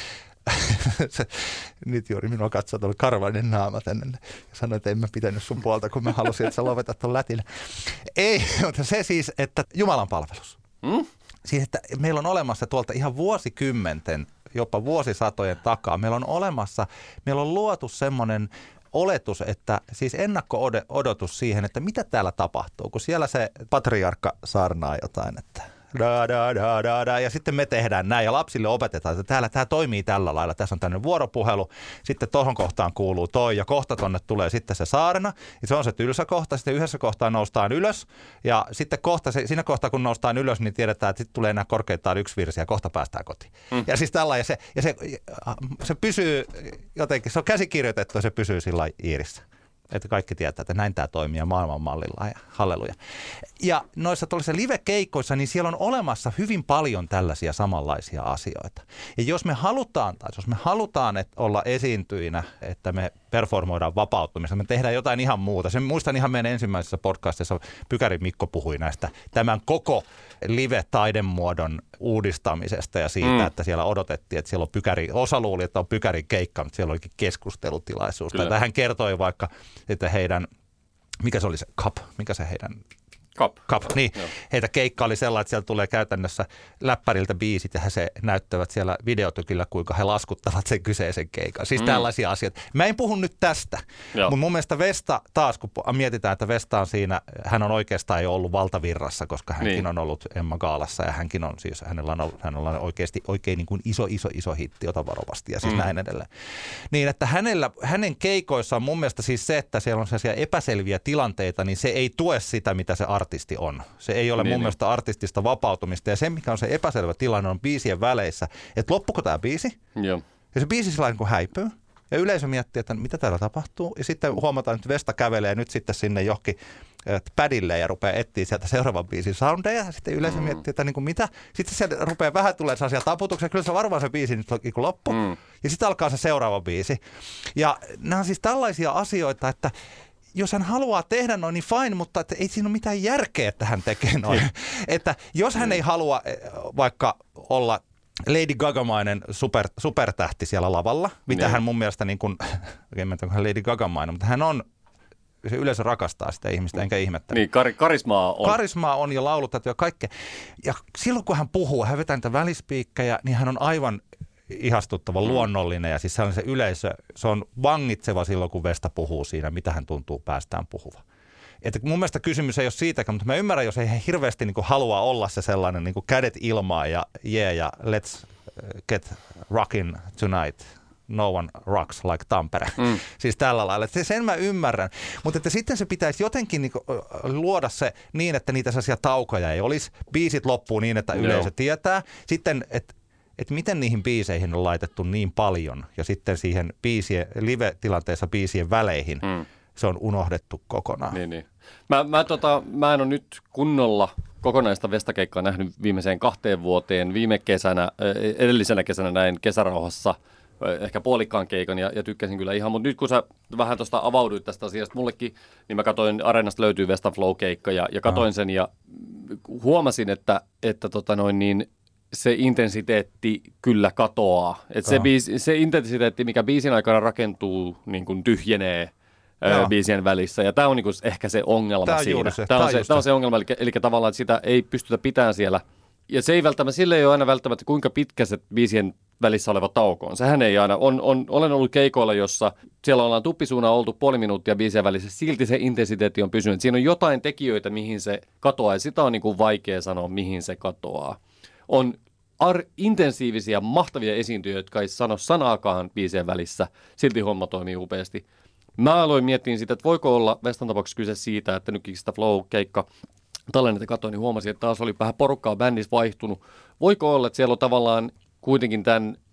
se, nyt juuri minua katsoo tuolla karvainen naama tänne ja sanoi, että en mä pitänyt sun puolta, kun mä halusin, että sä lopetat ton lätinä. Ei, mutta se siis, että Jumalan palvelus. Hmm? Siis, että meillä on olemassa tuolta ihan vuosikymmenten, jopa vuosisatojen takaa, meillä on olemassa, meillä on luotu semmoinen oletus, että siis ennakko-odotus siihen, että mitä täällä tapahtuu, kun siellä se patriarkka saarnaa jotain, että da, da, da, da, da, ja sitten me tehdään näin ja lapsille opetetaan, että täällä tämä toimii tällä lailla, tässä on tämmöinen vuoropuhelu, sitten tohon kohtaan kuuluu toi ja kohta tonne tulee sitten se saarna, ja se on se tylsä kohta, sitten yhdessä kohtaa noustaan ylös ja sitten kohta, siinä kohtaa kun noustaan ylös, niin tiedetään, että sitten tulee enää korkeintaan yksi virsi ja kohta päästään kotiin. Mm. Ja siis tällainen, se, ja se, se pysyy jotenkin, se on käsikirjoitettu ja se pysyy sillä iirissä. Että kaikki tietää, että näin tämä toimii maailmanmallilla ja halleluja. Ja noissa tuollaisissa live-keikoissa, niin siellä on olemassa hyvin paljon tällaisia samanlaisia asioita. Ja jos me halutaan, tai jos me halutaan että olla esiintyjinä, että me performoidaan vapauttumista, me tehdään jotain ihan muuta. Sen muistan ihan meidän ensimmäisessä podcastissa, Pykärin Mikko puhui näistä tämän koko live-taidemuodon uudistamisesta ja siitä, mm. että siellä odotettiin, että siellä on Pykäri, osa luuli, että on Pykärin keikka, mutta siellä olikin keskustelutilaisuus. Tai hän kertoi vaikka, että heidän, mikä se oli se cup, mikä se heidän... Cup. Cup, niin. Joo. Heitä keikka oli sellainen, että siellä tulee käytännössä läppäriltä biisit ja he se näyttävät siellä videotykillä, kuinka he laskuttavat sen kyseisen keikan. Siis mm. tällaisia asioita. Mä en puhu nyt tästä, mutta mun mielestä Vesta taas, kun mietitään, että Vesta on siinä, hän on oikeastaan jo ollut valtavirrassa, koska hänkin niin. on ollut Emma Gaalassa ja hänkin on siis, hänellä on, ollut, hänellä on oikeasti oikein niin kuin iso, iso, iso hitti, ota varovasti ja siis mm. näin edelleen. Niin, että hänellä, hänen keikoissaan mun mielestä siis se, että siellä on sellaisia epäselviä tilanteita, niin se ei tue sitä, mitä se artisti on. Se ei ole niin, mun niin. mielestä artistista vapautumista. Ja se, mikä on se epäselvä tilanne, on biisien väleissä, että loppuko tämä biisi? Joo. Ja se biisi sellainen kuin häipyy. Ja yleisö miettii, että mitä täällä tapahtuu. Ja sitten huomataan, että Vesta kävelee nyt sitten sinne johonkin padille ja rupeaa etsiä sieltä seuraavan biisin soundeja. Ja sitten yleisö mm. miettii, että niin kuin mitä. Sitten sieltä rupeaa vähän tulee sellaisia taputuksia. Kyllä se varmaan se biisi nyt loppu. Mm. Ja sitten alkaa se seuraava biisi. Ja nämä on siis tällaisia asioita, että jos hän haluaa tehdä noin, niin fine, mutta että ei siinä ole mitään järkeä, että hän tekee noin. Että jos hän ei halua vaikka olla Lady Gaga-mainen super, supertähti siellä lavalla, mitä niin. hän mun mielestä niin kuin, en tiedä, onko hän Lady Gaga-mainen, mutta hän on, se yleisö rakastaa sitä ihmistä, enkä ihmettele. Niin, kar- karismaa on. Karismaa on ja laulutettu ja kaikkea. Ja silloin kun hän puhuu, hän vetää niitä välispiikkejä, niin hän on aivan ihastuttava, mm. luonnollinen ja siis se on se yleisö, se on vangitseva silloin, kun Vesta puhuu siinä, mitä hän tuntuu päästään puhuva. Että mun mielestä kysymys ei ole siitäkään, mutta mä ymmärrän, jos ei hirveästi niin kuin halua olla se sellainen niin kuin kädet ilmaa ja yeah ja let's get rockin tonight. No one rocks like Tampere. Mm. Siis tällä lailla. Että sen mä ymmärrän. Mutta että sitten se pitäisi jotenkin niinku luoda se niin, että niitä sellaisia taukoja ei olisi. Biisit loppuu niin, että yleisö Joo. tietää. Sitten, että että miten niihin biiseihin on laitettu niin paljon ja sitten siihen biisien, live-tilanteessa biisien väleihin mm. se on unohdettu kokonaan. Niin, niin. Mä, mä, tota, mä en ole nyt kunnolla kokonaista Vesta-keikkaa nähnyt viimeiseen kahteen vuoteen. Viime kesänä, edellisenä kesänä näin kesärauhassa ehkä puolikkaan keikan ja, ja tykkäsin kyllä ihan, mutta nyt kun sä vähän tuosta avauduit tästä asiasta mullekin, niin mä katsoin, Areenasta löytyy Vestan Flow-keikka ja, ja katsoin sen ja huomasin, että, että tota noin niin, se intensiteetti kyllä katoaa. Et se, biisi, se intensiteetti, mikä biisin aikana rakentuu, niin kuin tyhjenee ää, biisien välissä. Ja tämä on niin kuin ehkä se ongelma tämä siinä. Se. Tämä on, tämä se, tämä on se ongelma, eli, eli tavallaan että sitä ei pystytä pitämään siellä. Ja se ei välttämättä, sille ei ole aina välttämättä kuinka pitkä se biisien välissä oleva tauko on. Sehän ei aina, on, on, olen ollut keikoilla, jossa siellä ollaan tuppisuuna oltu puoli minuuttia biisien välissä, silti se intensiteetti on pysynyt. Siinä on jotain tekijöitä, mihin se katoaa, ja sitä on niin kuin vaikea sanoa, mihin se katoaa. On ar- intensiivisiä, mahtavia esiintyjiä, jotka ei sano sanaakaan biisien välissä. Silti homma toimii upeasti. Mä aloin miettiä sitä, että voiko olla Vestan tapauksessa kyse siitä, että nytkin sitä Flow-keikka tallennetta katsoin, niin huomasin, että taas oli vähän porukkaa bändissä vaihtunut. Voiko olla, että siellä on tavallaan kuitenkin tämän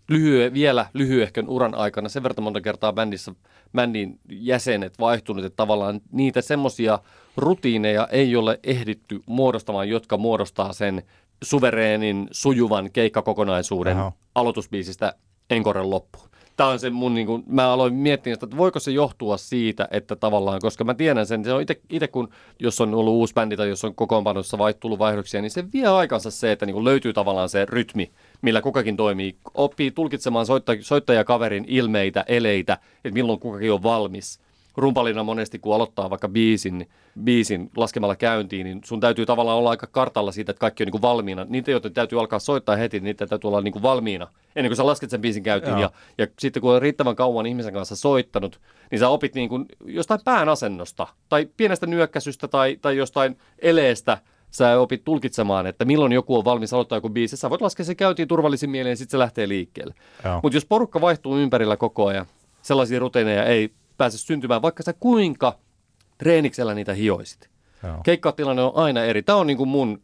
lyhye, vielä lyhyehkön uran aikana sen verran monta kertaa bändissä, bändin jäsenet vaihtunut, että tavallaan niitä semmoisia rutiineja ei ole ehditty muodostamaan, jotka muodostaa sen suvereenin, sujuvan keikkakokonaisuuden Aha. aloitusbiisistä enkoren loppuun. Tämä on se mun, niin kuin, mä aloin miettiä, että voiko se johtua siitä, että tavallaan, koska mä tiedän sen, se on itse kun, jos on ollut uusi bändi tai jos on kokoonpanossa vai tullut vaihdoksia, niin se vie aikansa se, että niin kuin löytyy tavallaan se rytmi, millä kukakin toimii, oppii tulkitsemaan soittaja, soittajakaverin ilmeitä, eleitä, että milloin kukakin on valmis. Rumpalina monesti, kun aloittaa vaikka biisin, biisin laskemalla käyntiin, niin sun täytyy tavallaan olla aika kartalla siitä, että kaikki on niin kuin valmiina. Niitä, joita täytyy alkaa soittaa heti, niin niitä täytyy olla niin kuin valmiina ennen kuin sä lasket sen biisin käyntiin. Ja, ja sitten kun on riittävän kauan ihmisen kanssa soittanut, niin sä opit niin kuin jostain pään asennosta tai pienestä nyökkäisystä tai, tai jostain eleestä. Sä opit tulkitsemaan, että milloin joku on valmis aloittaa joku biisi. Sä voit laskea se käyntiin turvallisin mieleen ja sitten se lähtee liikkeelle. Mutta jos porukka vaihtuu ympärillä koko ajan, sellaisia rutiineja ei pääse syntymään, vaikka sä kuinka treeniksellä niitä hioisit. Joo. Keikkatilanne on aina eri. Tämä on niin kuin mun,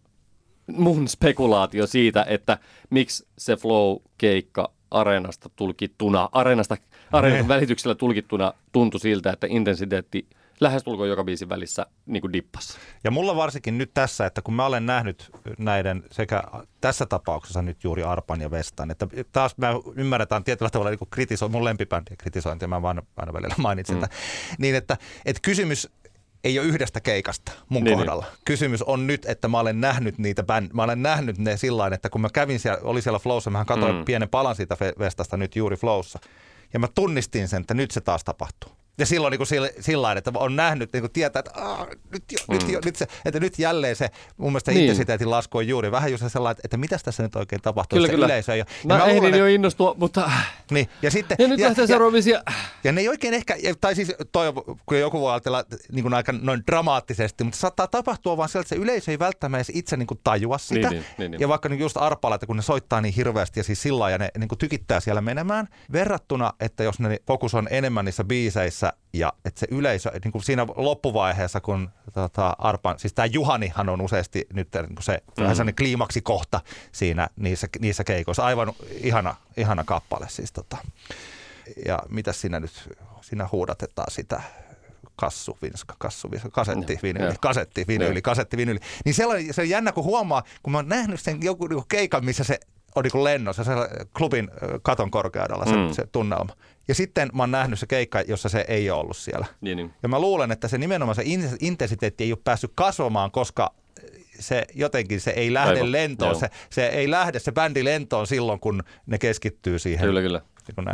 mun spekulaatio siitä, että miksi se flow-keikka areenasta tulkittuna, areenasta, areenan välityksellä tulkittuna tuntui siltä, että intensiteetti lähestulkoon joka biisin välissä niin kuin dippasi. Ja mulla varsinkin nyt tässä, että kun mä olen nähnyt näiden sekä tässä tapauksessa nyt juuri Arpan ja Vestan, että taas mä ymmärretään tietyllä tavalla niin kuin kritisoi, mun lempibändien kritisointi, mä vaan aina välillä mainitsin, mm. että, niin että, että kysymys ei ole yhdestä keikasta mun niin, kohdalla. Niin. Kysymys on nyt, että mä olen nähnyt niitä bänd, mä olen nähnyt ne sillain, että kun mä kävin siellä, oli siellä Flowssa, mä katsoin mm. pienen palan siitä Vestasta nyt juuri Flowssa, ja mä tunnistin sen, että nyt se taas tapahtuu. Ja silloin niin kuin sillä että on nähnyt, niin kuin tietää, että, aah, nyt, jo, mm. nyt, jo, nyt, se, että nyt jälleen se mun mielestä niin. intensiteetin lasku on juuri vähän just sellainen, että mitäs tässä nyt oikein tapahtuu. Kyllä, kyllä. Yleisö ei ole. Mä, mä ehdin jo innostua, mutta... Niin, ja, sitten, ja nyt ja, lähtee seuraavisia... Ja, ja ne ei oikein ehkä, tai siis toi, kun joku voi ajatella niin kuin aika noin dramaattisesti, mutta se saattaa tapahtua vaan sieltä, että se yleisö ei välttämättä itse niin kuin tajua sitä. Niin, niin, niin, ja vaikka niin just Arpalla, että kun ne soittaa niin hirveästi ja siis sillä ja ne niin kuin tykittää siellä menemään, verrattuna, että jos ne fokus on enemmän niissä biiseissä ja että se yleisö, niin kuin siinä loppuvaiheessa, kun tota, Arpan, siis tämä Juhanihan on useasti nyt niin kuin se mm-hmm. vähän sellainen kliimaksikohta siinä niissä, niissä keikoissa. Aivan ihana, ihana kappale siis tota. Ja mitä siinä nyt, siinä huudatetaan sitä kassu, vinska, kassu, vinska, kasetti, vinyli, kasetti, vinyli, kasetti, vinyli. Niin sellainen, se on jännä, kun huomaa, kun mä oon nähnyt sen joku niin keikan, missä se on niin lennossa, se klubin katon korkeudella se, mm. se tunnelma. Ja sitten mä oon nähnyt se keikka, jossa se ei ole ollut siellä. Niin, niin. Ja mä luulen, että se nimenomaan se intensiteetti ei ole päässyt kasvamaan, koska se jotenkin se ei lähde Aivan. lentoon. Se, se ei lähde se bändi lentoon silloin, kun ne keskittyy siihen. Kyllä, kyllä.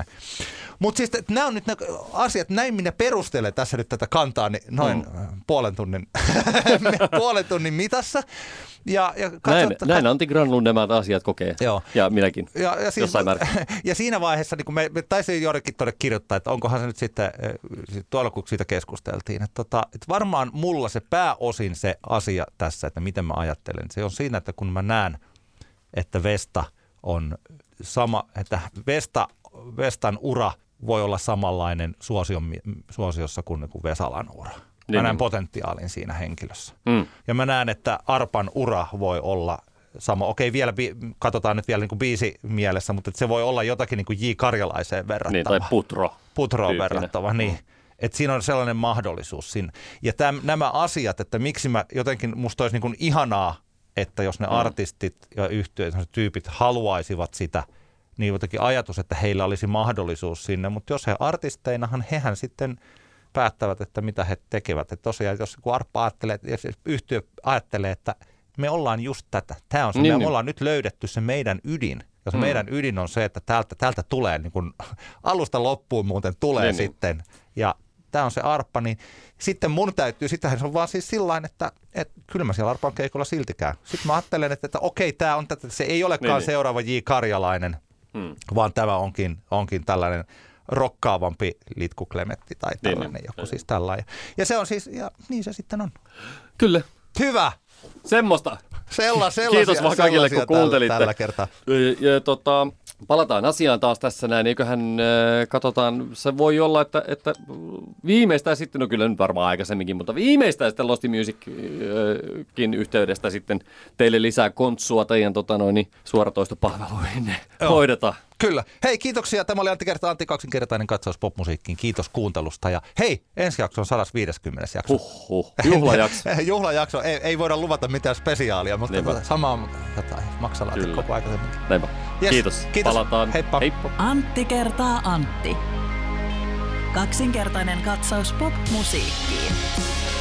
Mutta siis nämä on nyt ne asiat, näin minä perustelen tässä nyt tätä kantaa niin noin mm. puolen, tunnin, puolen tunnin mitassa. Ja, ja katso, näin, näin Antti Granlund nämä asiat kokee, Joo. ja minäkin ja, ja siis, jossain määrin. Ja siinä vaiheessa niin kun me, me taisin Jorikin tuonne kirjoittaa, että onkohan se nyt sitten, tuolla kun siitä keskusteltiin, että, tota, että varmaan mulla se pääosin se asia tässä, että miten mä ajattelen, se on siinä, että kun mä näen, että Vesta on sama, että Vesta, Vestan ura voi olla samanlainen suosion, suosiossa kuin, kuin Vesalan ura. Mä niin, näen niin. potentiaalin siinä henkilössä. Mm. Ja mä näen, että Arpan ura voi olla sama. Okei, vielä bi- katsotaan nyt vielä niin kuin biisi mielessä, mutta se voi olla jotakin niin kuin J. Karjalaiseen verrattava. Niin, tai Putro. Putroon verrattava, niin. Mm. Että siinä on sellainen mahdollisuus siinä. Ja täm, nämä asiat, että miksi mä jotenkin, musta olisi niin kuin ihanaa, että jos ne mm. artistit ja yhtiöt, tyypit haluaisivat sitä, niin jotenkin ajatus, että heillä olisi mahdollisuus sinne. Mutta jos he artisteinahan, hehän sitten päättävät, että mitä he tekevät. Että tosiaan, jos kun Arppa ajattelee, jos yhtiö ajattelee, että me ollaan just tätä. Tämä on se, niin, me niin. ollaan nyt löydetty se meidän ydin. Ja se mm. meidän ydin on se, että täältä, täältä tulee, niin kuin alusta loppuun muuten tulee niin, sitten. Niin. Ja tämä on se Arppa, niin sitten mun täytyy, sitähän se on vaan siis sillain, että, että kyllä mä siellä Arpan keikolla siltikään. Sitten mä ajattelen, että, että okei, tämä on tätä, se ei olekaan niin, seuraava J. Karjalainen, mm. vaan tämä onkin, onkin tällainen rokkaavampi Litku Klemetti tai tällainen niin, joku niin. siis tällainen. Ja se on siis, ja niin se sitten on. Kyllä. Hyvä! Semmosta. Sella, sellaisia, Kiitos vaan kaikille, kun kuuntelitte. Tällä, tällä kertaa. Ja, ja, tota, Palataan asiaan taas tässä näin, eiköhän äh, katsotaan, se voi olla, että, että viimeistään sitten, no kyllä nyt varmaan aikaisemminkin, mutta viimeistään sitten Lost Musicin yhteydestä sitten teille lisää kontsua teidän tota noin, suoratoistopalveluihin hoidetaan. Kyllä. Hei, kiitoksia. Tämä oli Antti Kertaa, Antti kaksinkertainen katsaus popmusiikkiin. Kiitos kuuntelusta. Ja hei, ensi jakso on sata viisikymmentä jakso. Huhhuh, juhlajakso. Juhlajakso. Ei, ei voida luvata mitään spesiaalia, mutta Niinpä. Samaa jotain maksalaatikko koko ajan. Näinpä. Yes. Kiitos. Kiitos. Palataan. Heippa. Heippa. Antti kertaa Antti. Kaksinkertainen katsaus pop-musiikkiin.